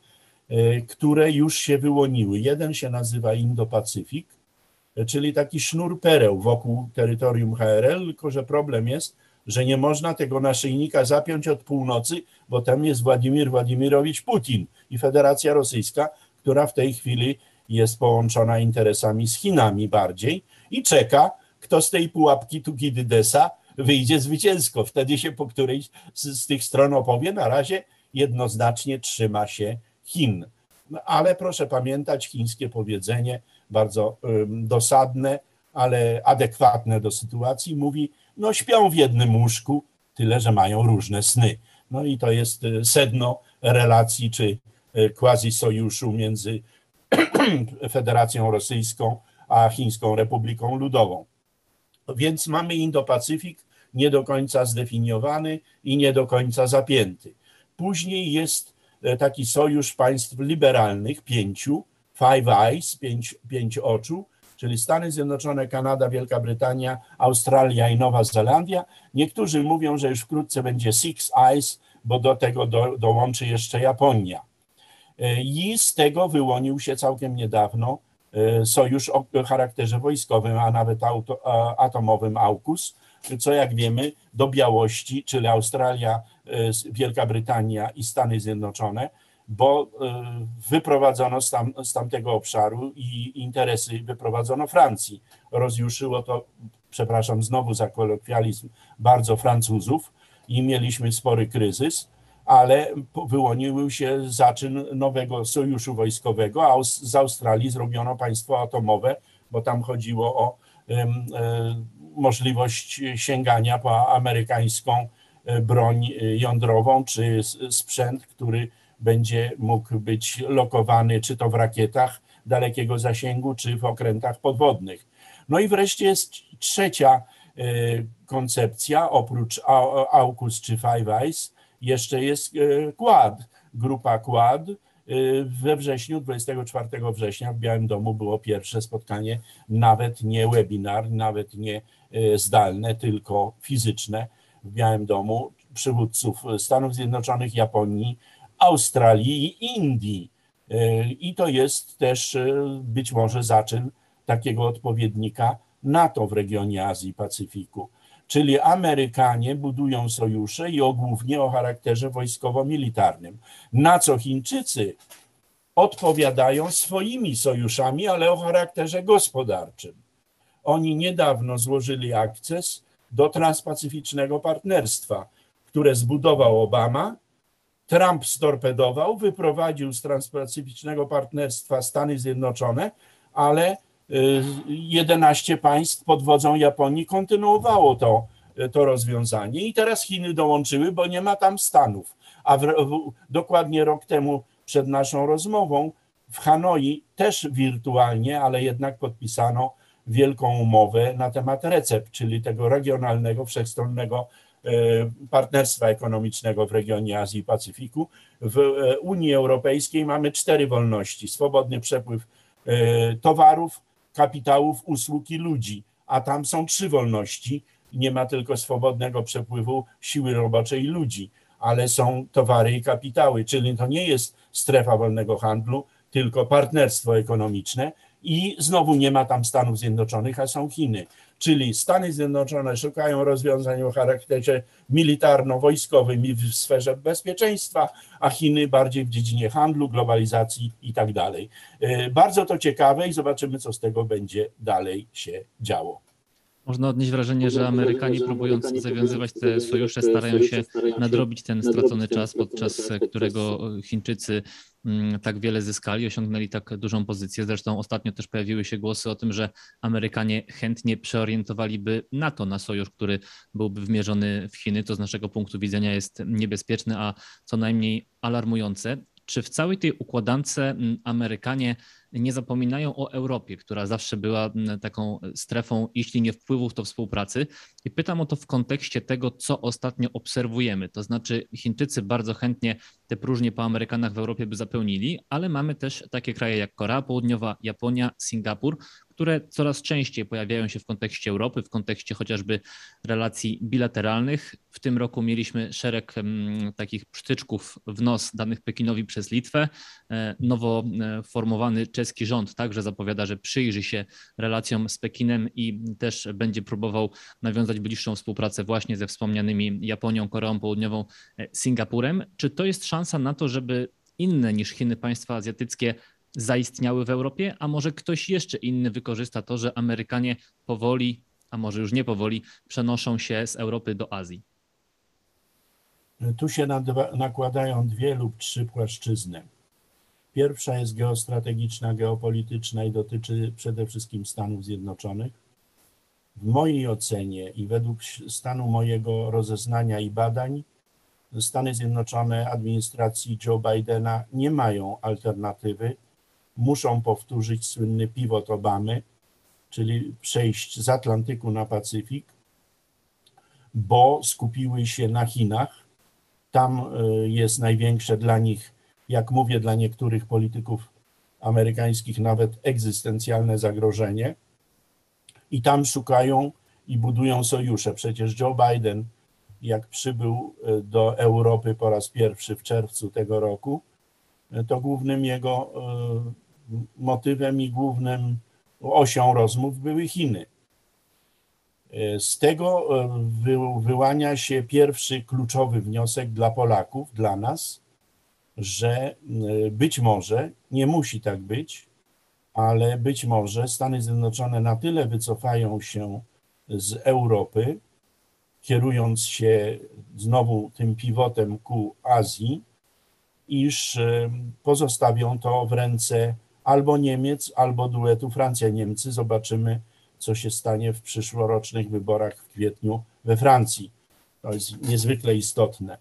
które już się wyłoniły. Jeden się nazywa Indo-Pacyfik, czyli taki sznur pereł wokół terytorium HRL, tylko że problem jest, że nie można tego naszyjnika zapiąć od północy, bo tam jest Władimir Władimirowicz Putin i Federacja Rosyjska, która w tej chwili jest połączona interesami z Chinami bardziej i czeka, kto z tej pułapki Tukidydesa wyjdzie zwycięsko. Wtedy się po którejś z tych stron opowie. Na razie jednoznacznie trzyma się Chin. No, ale proszę pamiętać, chińskie powiedzenie, bardzo dosadne, ale adekwatne do sytuacji, mówi, no śpią w jednym łóżku, tyle że mają różne sny. No i to jest sedno relacji czy quasi-sojuszu między Federacją Rosyjską a Chińską Republiką Ludową. Więc mamy Indo-Pacyfik nie do końca zdefiniowany i nie do końca zapięty. Później jest taki sojusz państw liberalnych, 5, Five Eyes, 5 oczu, czyli Stany Zjednoczone, Kanada, Wielka Brytania, Australia i Nowa Zelandia. Niektórzy mówią, że już wkrótce będzie Six Eyes, bo do tego dołączy jeszcze Japonia. I z tego wyłonił się całkiem niedawno sojusz o charakterze wojskowym, a nawet atomowym AUKUS, co jak wiemy do Białości, czyli Australia, Wielka Brytania i Stany Zjednoczone, bo wyprowadzono z tamtego obszaru i interesy wyprowadzono Francji. Rozjuszyło to, przepraszam znowu za kolokwializm, bardzo Francuzów i mieliśmy spory kryzys, ale wyłonił się zaczyn nowego sojuszu wojskowego, a z Australii zrobiono państwo atomowe, bo tam chodziło o możliwość sięgania po amerykańską broń jądrową, czy sprzęt, który będzie mógł być lokowany czy to w rakietach dalekiego zasięgu, czy w okrętach podwodnych. No i wreszcie jest trzecia koncepcja, oprócz AUKUS czy Five Eyes, jeszcze jest Quad, grupa Quad. We wrześniu, 24 września w Białym Domu było pierwsze spotkanie, nawet nie webinar, nawet nie zdalne, tylko fizyczne w Białym Domu przywódców Stanów Zjednoczonych, Japonii, Australii i Indii. I to jest też być może zaczyn takiego odpowiednika NATO w regionie Azji i Pacyfiku. Czyli Amerykanie budują sojusze i głównie o charakterze wojskowo-militarnym, na co Chińczycy odpowiadają swoimi sojuszami, ale o charakterze gospodarczym. Oni niedawno złożyli akces do transpacyficznego partnerstwa, które zbudował Obama, Trump storpedował, wyprowadził z transpacyficznego partnerstwa Stany Zjednoczone, ale 11 państw pod wodzą Japonii kontynuowało to rozwiązanie i teraz Chiny dołączyły, bo nie ma tam Stanów. A dokładnie rok temu przed naszą rozmową w Hanoi też wirtualnie, ale jednak podpisano wielką umowę na temat RCEP, czyli tego regionalnego, wszechstronnego partnerstwa ekonomicznego w regionie Azji i Pacyfiku. W Unii Europejskiej mamy 4 wolności: swobodny przepływ towarów, kapitałów, usług i ludzi, a tam są 3 wolności. Nie ma tylko swobodnego przepływu siły roboczej i ludzi, ale są towary i kapitały, czyli to nie jest strefa wolnego handlu, tylko partnerstwo ekonomiczne i znowu nie ma tam Stanów Zjednoczonych, a są Chiny. Czyli Stany Zjednoczone szukają rozwiązań o charakterze militarno-wojskowym i w sferze bezpieczeństwa, a Chiny bardziej w dziedzinie handlu, globalizacji i tak dalej. Bardzo to ciekawe i zobaczymy, co z tego będzie dalej się działo. Można odnieść wrażenie, że Amerykanie, próbując zawiązywać te sojusze, starają się nadrobić ten stracony czas, podczas którego Chińczycy tak wiele zyskali, osiągnęli tak dużą pozycję. Zresztą ostatnio też pojawiły się głosy o tym, że Amerykanie chętnie przeorientowaliby NATO na sojusz, który byłby wymierzony w Chiny. To z naszego punktu widzenia jest niebezpieczne, a co najmniej alarmujące. Czy w całej tej układance Amerykanie nie zapominają o Europie, która zawsze była taką strefą, jeśli nie wpływów, to współpracy? I pytam o to w kontekście tego, co ostatnio obserwujemy. To znaczy Chińczycy bardzo chętnie te próżnie po Amerykanach w Europie by zapełnili, ale mamy też takie kraje jak Korea Południowa, Japonia, Singapur, które coraz częściej pojawiają się w kontekście Europy, w kontekście chociażby relacji bilateralnych. W tym roku mieliśmy szereg takich psztyczków w nos danych Pekinowi przez Litwę. Nowo formowany czeski rząd także zapowiada, że przyjrzy się relacjom z Pekinem i też będzie próbował nawiązać bliższą współpracę właśnie ze wspomnianymi Japonią, Koreą Południową, Singapurem. Czy to jest szansa na to, żeby inne niż Chiny państwa azjatyckie zaistniały w Europie, a może ktoś jeszcze inny wykorzysta to, że Amerykanie powoli, a może już nie powoli, przenoszą się z Europy do Azji? Tu się nakładają 2 lub 3 płaszczyzny. Pierwsza jest geostrategiczna, geopolityczna i dotyczy przede wszystkim Stanów Zjednoczonych. W mojej ocenie i według stanu mojego rozeznania i badań, Stany Zjednoczone administracji Joe Bidena nie mają alternatywy. Muszą powtórzyć słynny pivot Obamy, czyli przejść z Atlantyku na Pacyfik, bo skupiły się na Chinach. Tam jest największe dla nich, jak mówię, dla niektórych polityków amerykańskich nawet egzystencjalne zagrożenie. I tam szukają i budują sojusze. Przecież Joe Biden, jak przybył do Europy po raz pierwszy w czerwcu tego roku, to głównym jego motywem i główną osią rozmów były Chiny. Z tego wyłania się pierwszy kluczowy wniosek dla Polaków, dla nas, że być może, nie musi tak być, ale być może Stany Zjednoczone na tyle wycofają się z Europy, kierując się znowu tym pivotem ku Azji, iż pozostawią to w ręce albo Niemiec, albo duetu Francja-Niemcy. Zobaczymy, co się stanie w przyszłorocznych wyborach w kwietniu we Francji. To jest niezwykle istotne.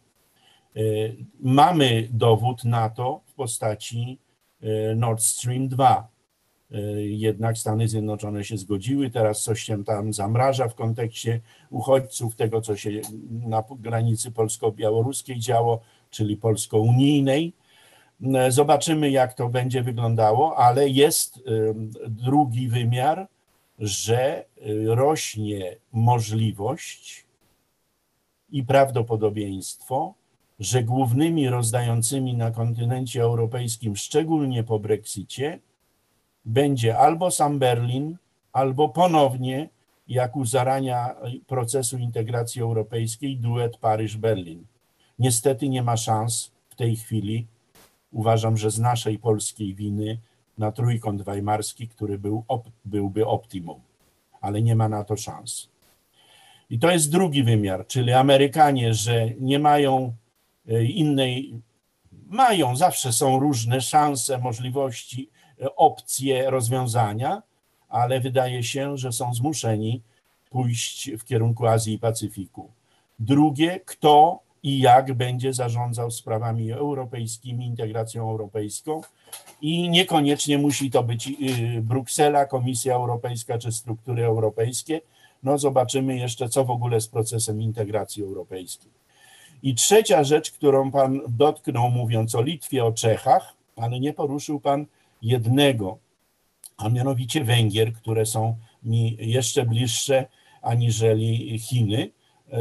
Mamy dowód na to w postaci Nord Stream 2. Jednak Stany Zjednoczone się zgodziły. Teraz coś się tam zamraża w kontekście uchodźców, tego co się na granicy polsko-białoruskiej działo, czyli polsko-unijnej. Zobaczymy, jak to będzie wyglądało, ale jest drugi wymiar, że rośnie możliwość i prawdopodobieństwo, że głównymi rozdającymi na kontynencie europejskim, szczególnie po Brexicie, będzie albo sam Berlin, albo ponownie, jak u zarania procesu integracji europejskiej, duet Paryż-Berlin. Niestety nie ma szans w tej chwili, uważam, że z naszej polskiej winy, na trójkąt weimarski, który byłby optimum, ale nie ma na to szans. I to jest drugi wymiar, czyli Amerykanie, że nie mają innej, mają, zawsze są różne szanse, możliwości, opcje rozwiązania, ale wydaje się, że są zmuszeni pójść w kierunku Azji i Pacyfiku. Drugie, kto i jak będzie zarządzał sprawami europejskimi, integracją europejską i niekoniecznie musi to być Bruksela, Komisja Europejska czy struktury europejskie. No zobaczymy jeszcze, co w ogóle z procesem integracji europejskiej. I trzecia rzecz, którą pan dotknął, mówiąc o Litwie, o Czechach, ale nie poruszył pan jednego, a mianowicie Węgier, które są mi jeszcze bliższe aniżeli Chiny,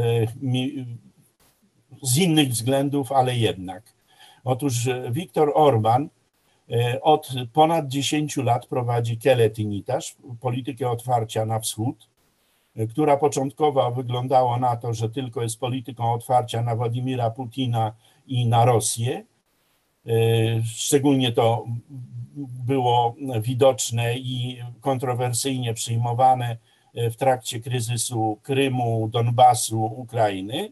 z innych względów, ale jednak. Otóż Viktor Orban od ponad 10 lat prowadzi Kelet-Unitas, politykę otwarcia na wschód, która początkowo wyglądała na to, że tylko jest polityką otwarcia na Władimira Putina i na Rosję. Szczególnie to było widoczne i kontrowersyjnie przyjmowane w trakcie kryzysu Krymu, Donbasu, Ukrainy,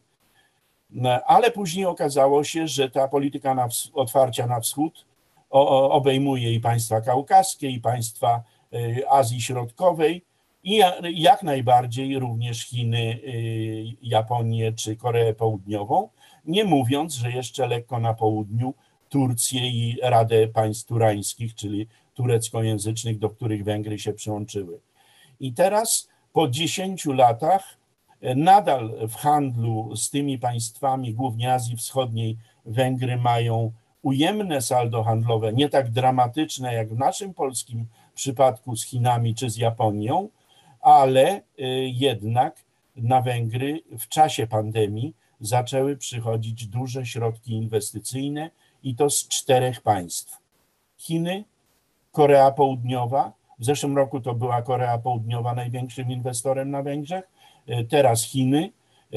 ale później okazało się, że ta polityka otwarcia na wschód obejmuje i państwa kaukaskie, i państwa Azji Środkowej, i jak najbardziej również Chiny, Japonię czy Koreę Południową, nie mówiąc, że jeszcze lekko na południu Turcję i Radę Państw Turańskich, czyli tureckojęzycznych, do których Węgry się przyłączyły. I teraz po 10 latach nadal w handlu z tymi państwami, głównie Azji Wschodniej, Węgry mają ujemne saldo handlowe, nie tak dramatyczne jak w naszym polskim przypadku z Chinami czy z Japonią, ale jednak na Węgry w czasie pandemii zaczęły przychodzić duże środki inwestycyjne i to z 4 państw. Chiny, Korea Południowa, w zeszłym roku to była Korea Południowa największym inwestorem na Węgrzech, teraz Chiny,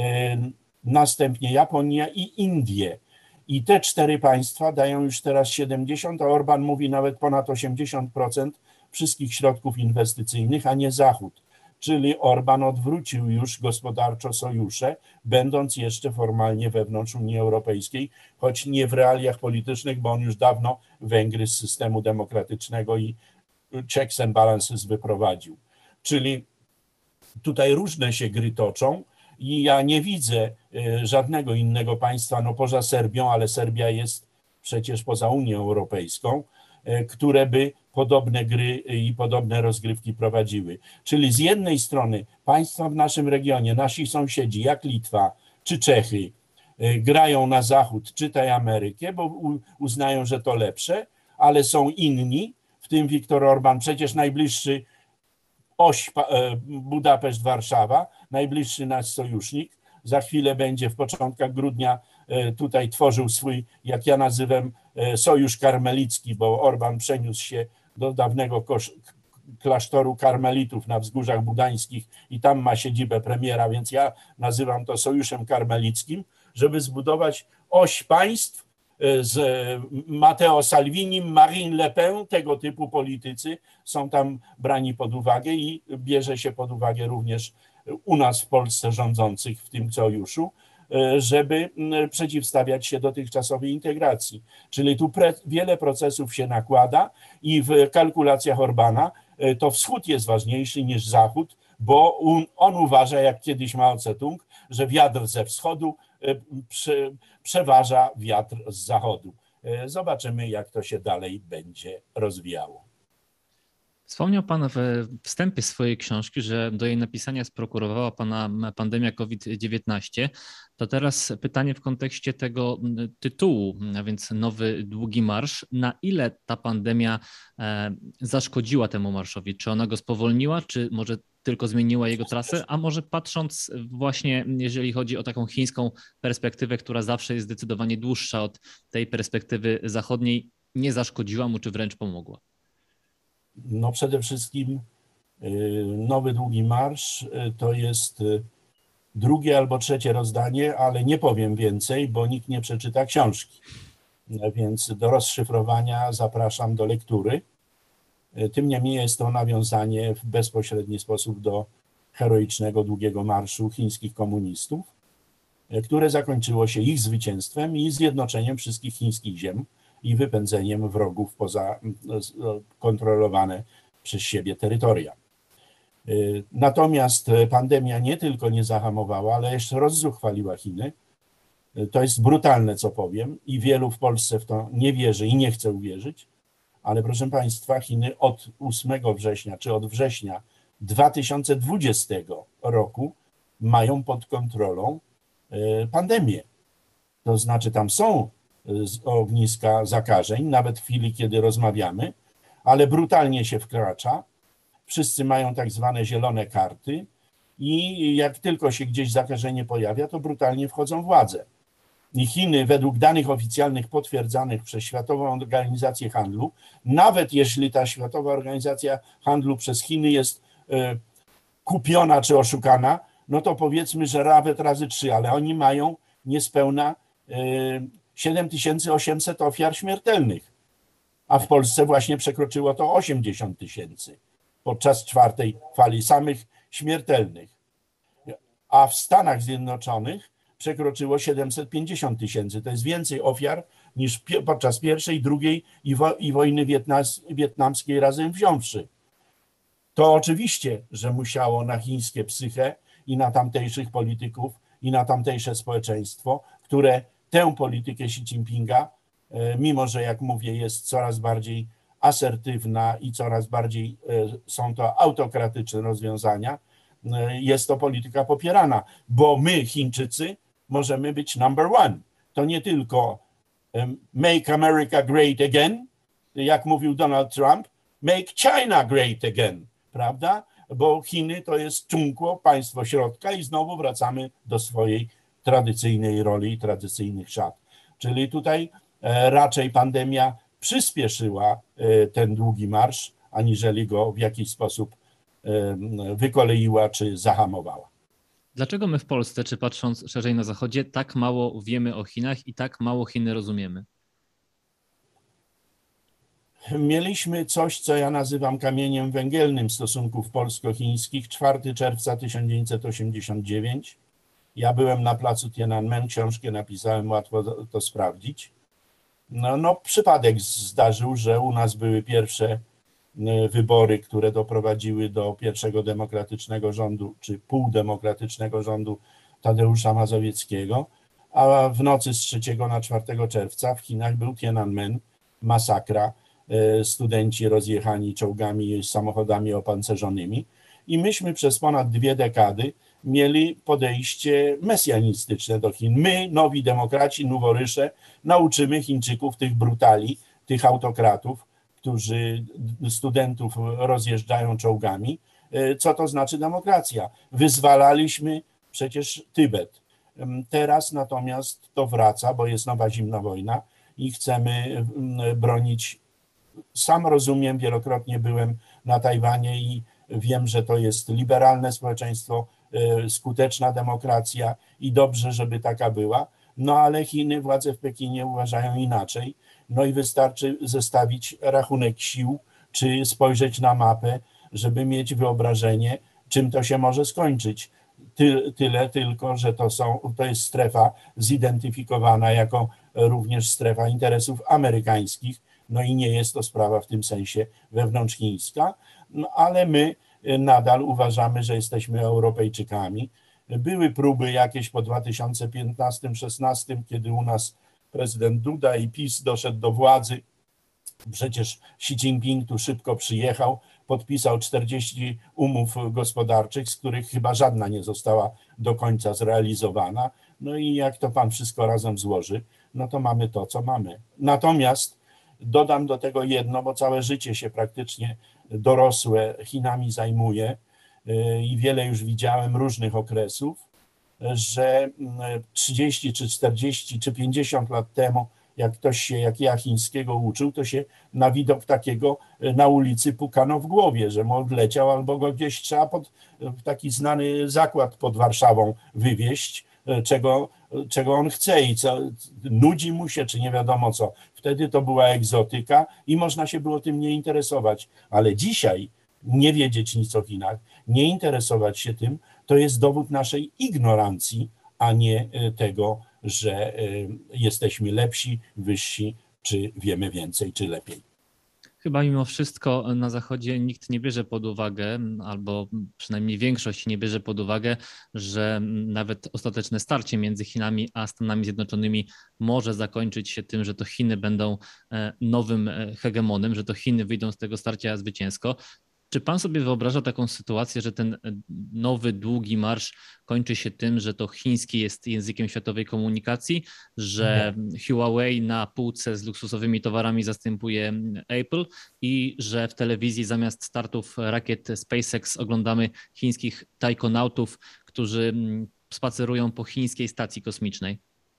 następnie Japonia i Indie. I te 4 państwa dają już teraz 70, a Orbán mówi nawet ponad 80% wszystkich środków inwestycyjnych, a nie Zachód. Czyli Orbán odwrócił już gospodarczo sojusze, będąc jeszcze formalnie wewnątrz Unii Europejskiej, choć nie w realiach politycznych, bo on już dawno Węgry z systemu demokratycznego i checks and balances wyprowadził. Czyli tutaj różne się gry toczą i ja nie widzę żadnego innego państwa, no poza Serbią, ale Serbia jest przecież poza Unią Europejską, które by podobne gry i podobne rozgrywki prowadziły. Czyli z jednej strony państwa w naszym regionie, nasi sąsiedzi, jak Litwa czy Czechy, grają na Zachód, czytaj Amerykę, bo uznają, że to lepsze, ale są inni, w tym Viktor Orbán, przecież najbliższy oś Budapeszt-Warszawa, najbliższy nasz sojusznik, za chwilę będzie w początkach grudnia tutaj tworzył swój, jak ja nazywam, sojusz karmelicki, bo Orbán przeniósł się do dawnego klasztoru karmelitów na wzgórzach budańskich i tam ma siedzibę premiera, więc ja nazywam to sojuszem karmelickim, żeby zbudować oś państw z Matteo Salvini, Marine Le Pen, tego typu politycy są tam brani pod uwagę i bierze się pod uwagę również u nas w Polsce rządzących w tym sojuszu, żeby przeciwstawiać się dotychczasowej integracji. Czyli tu wiele procesów się nakłada i w kalkulacjach Orbána to wschód jest ważniejszy niż zachód, bo on uważa, jak kiedyś Mao Tse-tung, że wiatr ze wschodu przeważa wiatr z zachodu. Zobaczymy, jak to się dalej będzie rozwijało. Wspomniał Pan we wstępie swojej książki, że do jej napisania sprokurowała Pana pandemia COVID-19. To teraz pytanie w kontekście tego tytułu, a więc Nowy Długi Marsz. Na ile ta pandemia zaszkodziła temu marszowi? Czy ona go spowolniła, czy może tylko zmieniła jego trasę? A może patrząc właśnie, jeżeli chodzi o taką chińską perspektywę, która zawsze jest zdecydowanie dłuższa od tej perspektywy zachodniej, nie zaszkodziła mu, czy wręcz pomogła? No przede wszystkim Nowy Długi Marsz to jest drugie albo trzecie rozdanie, ale nie powiem więcej, bo nikt nie przeczyta książki. Więc do rozszyfrowania zapraszam do lektury. Tym niemniej jest to nawiązanie w bezpośredni sposób do heroicznego Długiego Marszu chińskich komunistów, które zakończyło się ich zwycięstwem i zjednoczeniem wszystkich chińskich ziem i wypędzeniem wrogów poza kontrolowane przez siebie terytoria. Natomiast pandemia nie tylko nie zahamowała, ale jeszcze rozzuchwaliła Chiny. To jest brutalne, co powiem, i wielu w Polsce w to nie wierzy i nie chce uwierzyć, ale proszę Państwa, Chiny od 8 września czy od września 2020 roku mają pod kontrolą pandemię. To znaczy tam są ogniska zakażeń, nawet w chwili, kiedy rozmawiamy, ale brutalnie się wkracza. Wszyscy mają tak zwane zielone karty i jak tylko się gdzieś zakażenie pojawia, to brutalnie wchodzą władze. I Chiny według danych oficjalnych potwierdzanych przez Światową Organizację Handlu, nawet jeśli ta Światowa Organizacja Handlu przez Chiny jest kupiona czy oszukana, no to powiedzmy, że nawet razy 3, ale oni mają niespełna 7800 ofiar śmiertelnych, a w Polsce właśnie przekroczyło to 80 000 podczas 4. fali. Samych śmiertelnych, a w Stanach Zjednoczonych przekroczyło 750 tysięcy. To jest więcej ofiar niż podczas I, II i wojny wietnamskiej razem wziąwszy. To oczywiście, że musiało na chińskie psychę i na tamtejszych polityków i na tamtejsze społeczeństwo, które tę politykę Xi Jinpinga, mimo że jak mówię jest coraz bardziej asertywna i coraz bardziej są to autokratyczne rozwiązania, jest to polityka popierana, bo my Chińczycy możemy być number one. To nie tylko make America great again, jak mówił Donald Trump, make China great again, prawda? Bo Chiny to jest czunko, państwo środka i znowu wracamy do swojej tradycyjnej roli i tradycyjnych szat. Czyli tutaj raczej pandemia przyspieszyła ten długi marsz, aniżeli go w jakiś sposób wykoleiła czy zahamowała. Dlaczego my w Polsce, czy patrząc szerzej na Zachodzie, tak mało wiemy o Chinach i tak mało Chiny rozumiemy? Mieliśmy coś, co ja nazywam kamieniem węgielnym stosunków polsko-chińskich. 4 czerwca 1989. Ja byłem na placu Tiananmen, książkę napisałem, łatwo to sprawdzić. No, przypadek zdarzył, że u nas były pierwsze wybory, które doprowadziły do pierwszego demokratycznego rządu, czy półdemokratycznego rządu Tadeusza Mazowieckiego, a w nocy z 3 na 4 czerwca w Chinach był Tiananmen, masakra, studenci rozjechani czołgami i samochodami opancerzonymi i myśmy przez ponad 2 dekady mieli podejście mesjanistyczne do Chin. My, nowi demokraci, noworysze, nauczymy Chińczyków tych brutali, tych autokratów, którzy studentów rozjeżdżają czołgami, co to znaczy demokracja. Wyzwalaliśmy przecież Tybet. Teraz natomiast to wraca, bo jest nowa zimna wojna i chcemy bronić. Sam rozumiem, wielokrotnie byłem na Tajwanie i wiem, że to jest liberalne społeczeństwo, skuteczna demokracja i dobrze, żeby taka była, no ale Chiny, władze w Pekinie uważają inaczej. No i wystarczy zestawić rachunek sił, czy spojrzeć na mapę, żeby mieć wyobrażenie, czym to się może skończyć. Tyle tylko, że to jest strefa zidentyfikowana jako również strefa interesów amerykańskich, no i nie jest to sprawa w tym sensie wewnątrzchińska, no ale my nadal uważamy, że jesteśmy Europejczykami. Były próby jakieś po 2015-16, kiedy u nas prezydent Duda i PiS doszedł do władzy. Przecież Xi Jinping tu szybko przyjechał, podpisał 40 umów gospodarczych, z których chyba żadna nie została do końca zrealizowana. No i jak to pan wszystko razem złoży, no to mamy to, co mamy. Natomiast dodam do tego jedno, bo całe życie się praktycznie dorosłe Chinami zajmuję i wiele już widziałem różnych okresów, że 30 czy 40 czy 50 lat temu, jak ktoś się, jak ja, chińskiego uczył, to się na widok takiego na ulicy pukano w głowie, że mu odleciał albo go gdzieś trzeba w taki znany zakład pod Warszawą wywieźć, czego on chce i co nudzi mu się, czy nie wiadomo co. Wtedy to była egzotyka i można się było tym nie interesować, ale dzisiaj nie wiedzieć nic o Chinach, nie interesować się tym, to jest dowód naszej ignorancji, a nie tego, że jesteśmy lepsi, wyżsi, czy wiemy więcej, czy lepiej. Chyba mimo wszystko na Zachodzie nikt nie bierze pod uwagę, albo przynajmniej większość nie bierze pod uwagę, że nawet ostateczne starcie między Chinami a Stanami Zjednoczonymi może zakończyć się tym, że to Chiny będą nowym hegemonem, że to Chiny wyjdą z tego starcia zwycięsko. Czy pan sobie wyobraża taką sytuację, że ten nowy, długi marsz kończy się tym, że to chiński jest językiem światowej komunikacji, że Huawei na półce z luksusowymi towarami zastępuje Apple i że w telewizji zamiast startów rakiet SpaceX oglądamy chińskich tajkonautów, którzy spacerują po chińskiej stacji kosmicznej?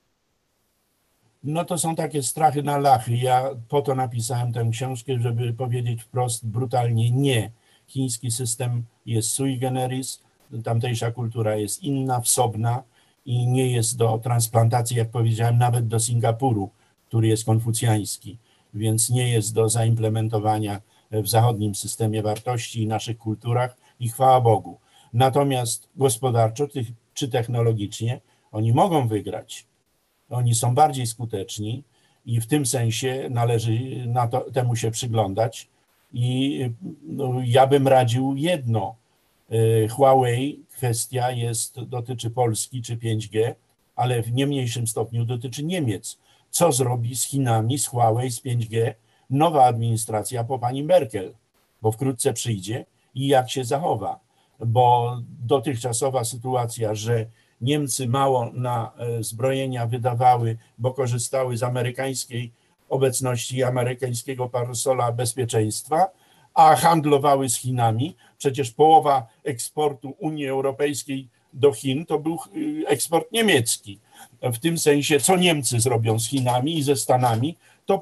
No to są takie strachy na lachy. Ja po to napisałem tę książkę, żeby powiedzieć wprost, brutalnie nie. Chiński system jest sui generis, tamtejsza kultura jest inna, wsobna i nie jest do transplantacji, jak powiedziałem, nawet do Singapuru, który jest konfucjański, więc nie jest do zaimplementowania w zachodnim systemie wartości i naszych kulturach i chwała Bogu. Natomiast gospodarczo czy technologicznie oni mogą wygrać. Oni są bardziej skuteczni i w tym sensie należy temu się przyglądać. I ja bym radził jedno. Huawei kwestia dotyczy Polski czy 5G, ale w nie mniejszym stopniu dotyczy Niemiec. Co zrobi z Chinami, z Huawei, z 5G nowa administracja po pani Merkel, bo wkrótce przyjdzie i jak się zachowa. Bo dotychczasowa sytuacja, że Niemcy mało na zbrojenia wydawały, bo korzystały z amerykańskiej obecności i amerykańskiego parasola bezpieczeństwa, a handlowały z Chinami. Przecież połowa eksportu Unii Europejskiej do Chin to był eksport niemiecki. W tym sensie, co Niemcy zrobią z Chinami i ze Stanami, to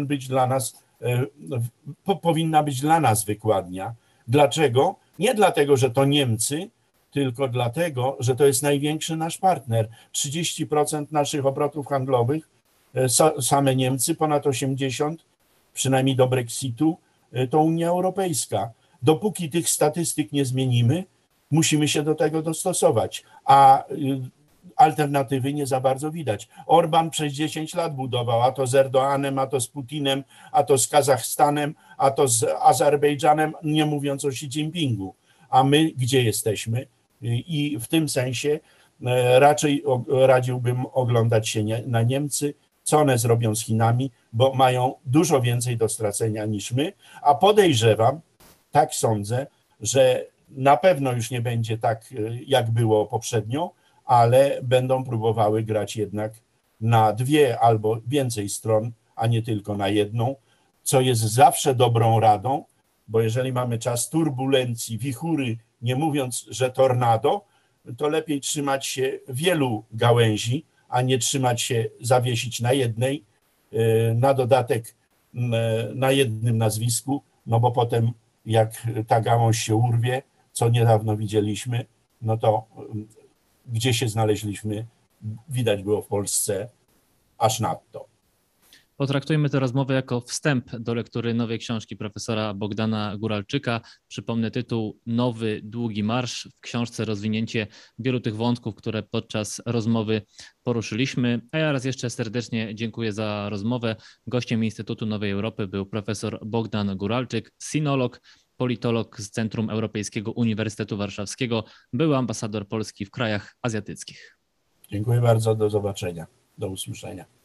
powinna być dla nas wykładnia. Dlaczego? Nie dlatego, że to Niemcy, tylko dlatego, że to jest największy nasz partner. 30% naszych obrotów handlowych, same Niemcy, ponad 80%, przynajmniej do Brexitu, to Unia Europejska. Dopóki tych statystyk nie zmienimy, musimy się do tego dostosować, a alternatywy nie za bardzo widać. Orbán przez 10 lat budował, a to z Erdoğanem, a to z Putinem, a to z Kazachstanem, a to z Azerbejdżanem, nie mówiąc o Xi Jinpingu. A my gdzie jesteśmy? I w tym sensie raczej radziłbym oglądać się na Niemcy, co one zrobią z Chinami, bo mają dużo więcej do stracenia niż my, a podejrzewam, tak sądzę, że na pewno już nie będzie tak, jak było poprzednio, ale będą próbowały grać jednak na dwie albo więcej stron, a nie tylko na jedną, co jest zawsze dobrą radą, bo jeżeli mamy czas turbulencji, wichury, nie mówiąc, że tornado, to lepiej trzymać się wielu gałęzi, a nie trzymać się, zawiesić na jednej, na dodatek na jednym nazwisku, no bo potem jak ta gałąź się urwie, co niedawno widzieliśmy, no to gdzie się znaleźliśmy, widać było w Polsce aż nadto. Potraktujmy tę rozmowę jako wstęp do lektury nowej książki profesora Bogdana Guralczyka. Przypomnę tytuł Nowy, długi marsz. W książce rozwinięcie wielu tych wątków, które podczas rozmowy poruszyliśmy. A ja raz jeszcze serdecznie dziękuję za rozmowę. Gościem Instytutu Nowej Europy był profesor Bogdan Guralczyk, sinolog, politolog z Centrum Europejskiego Uniwersytetu Warszawskiego, były ambasador Polski w krajach azjatyckich. Dziękuję bardzo, do zobaczenia, do usłyszenia.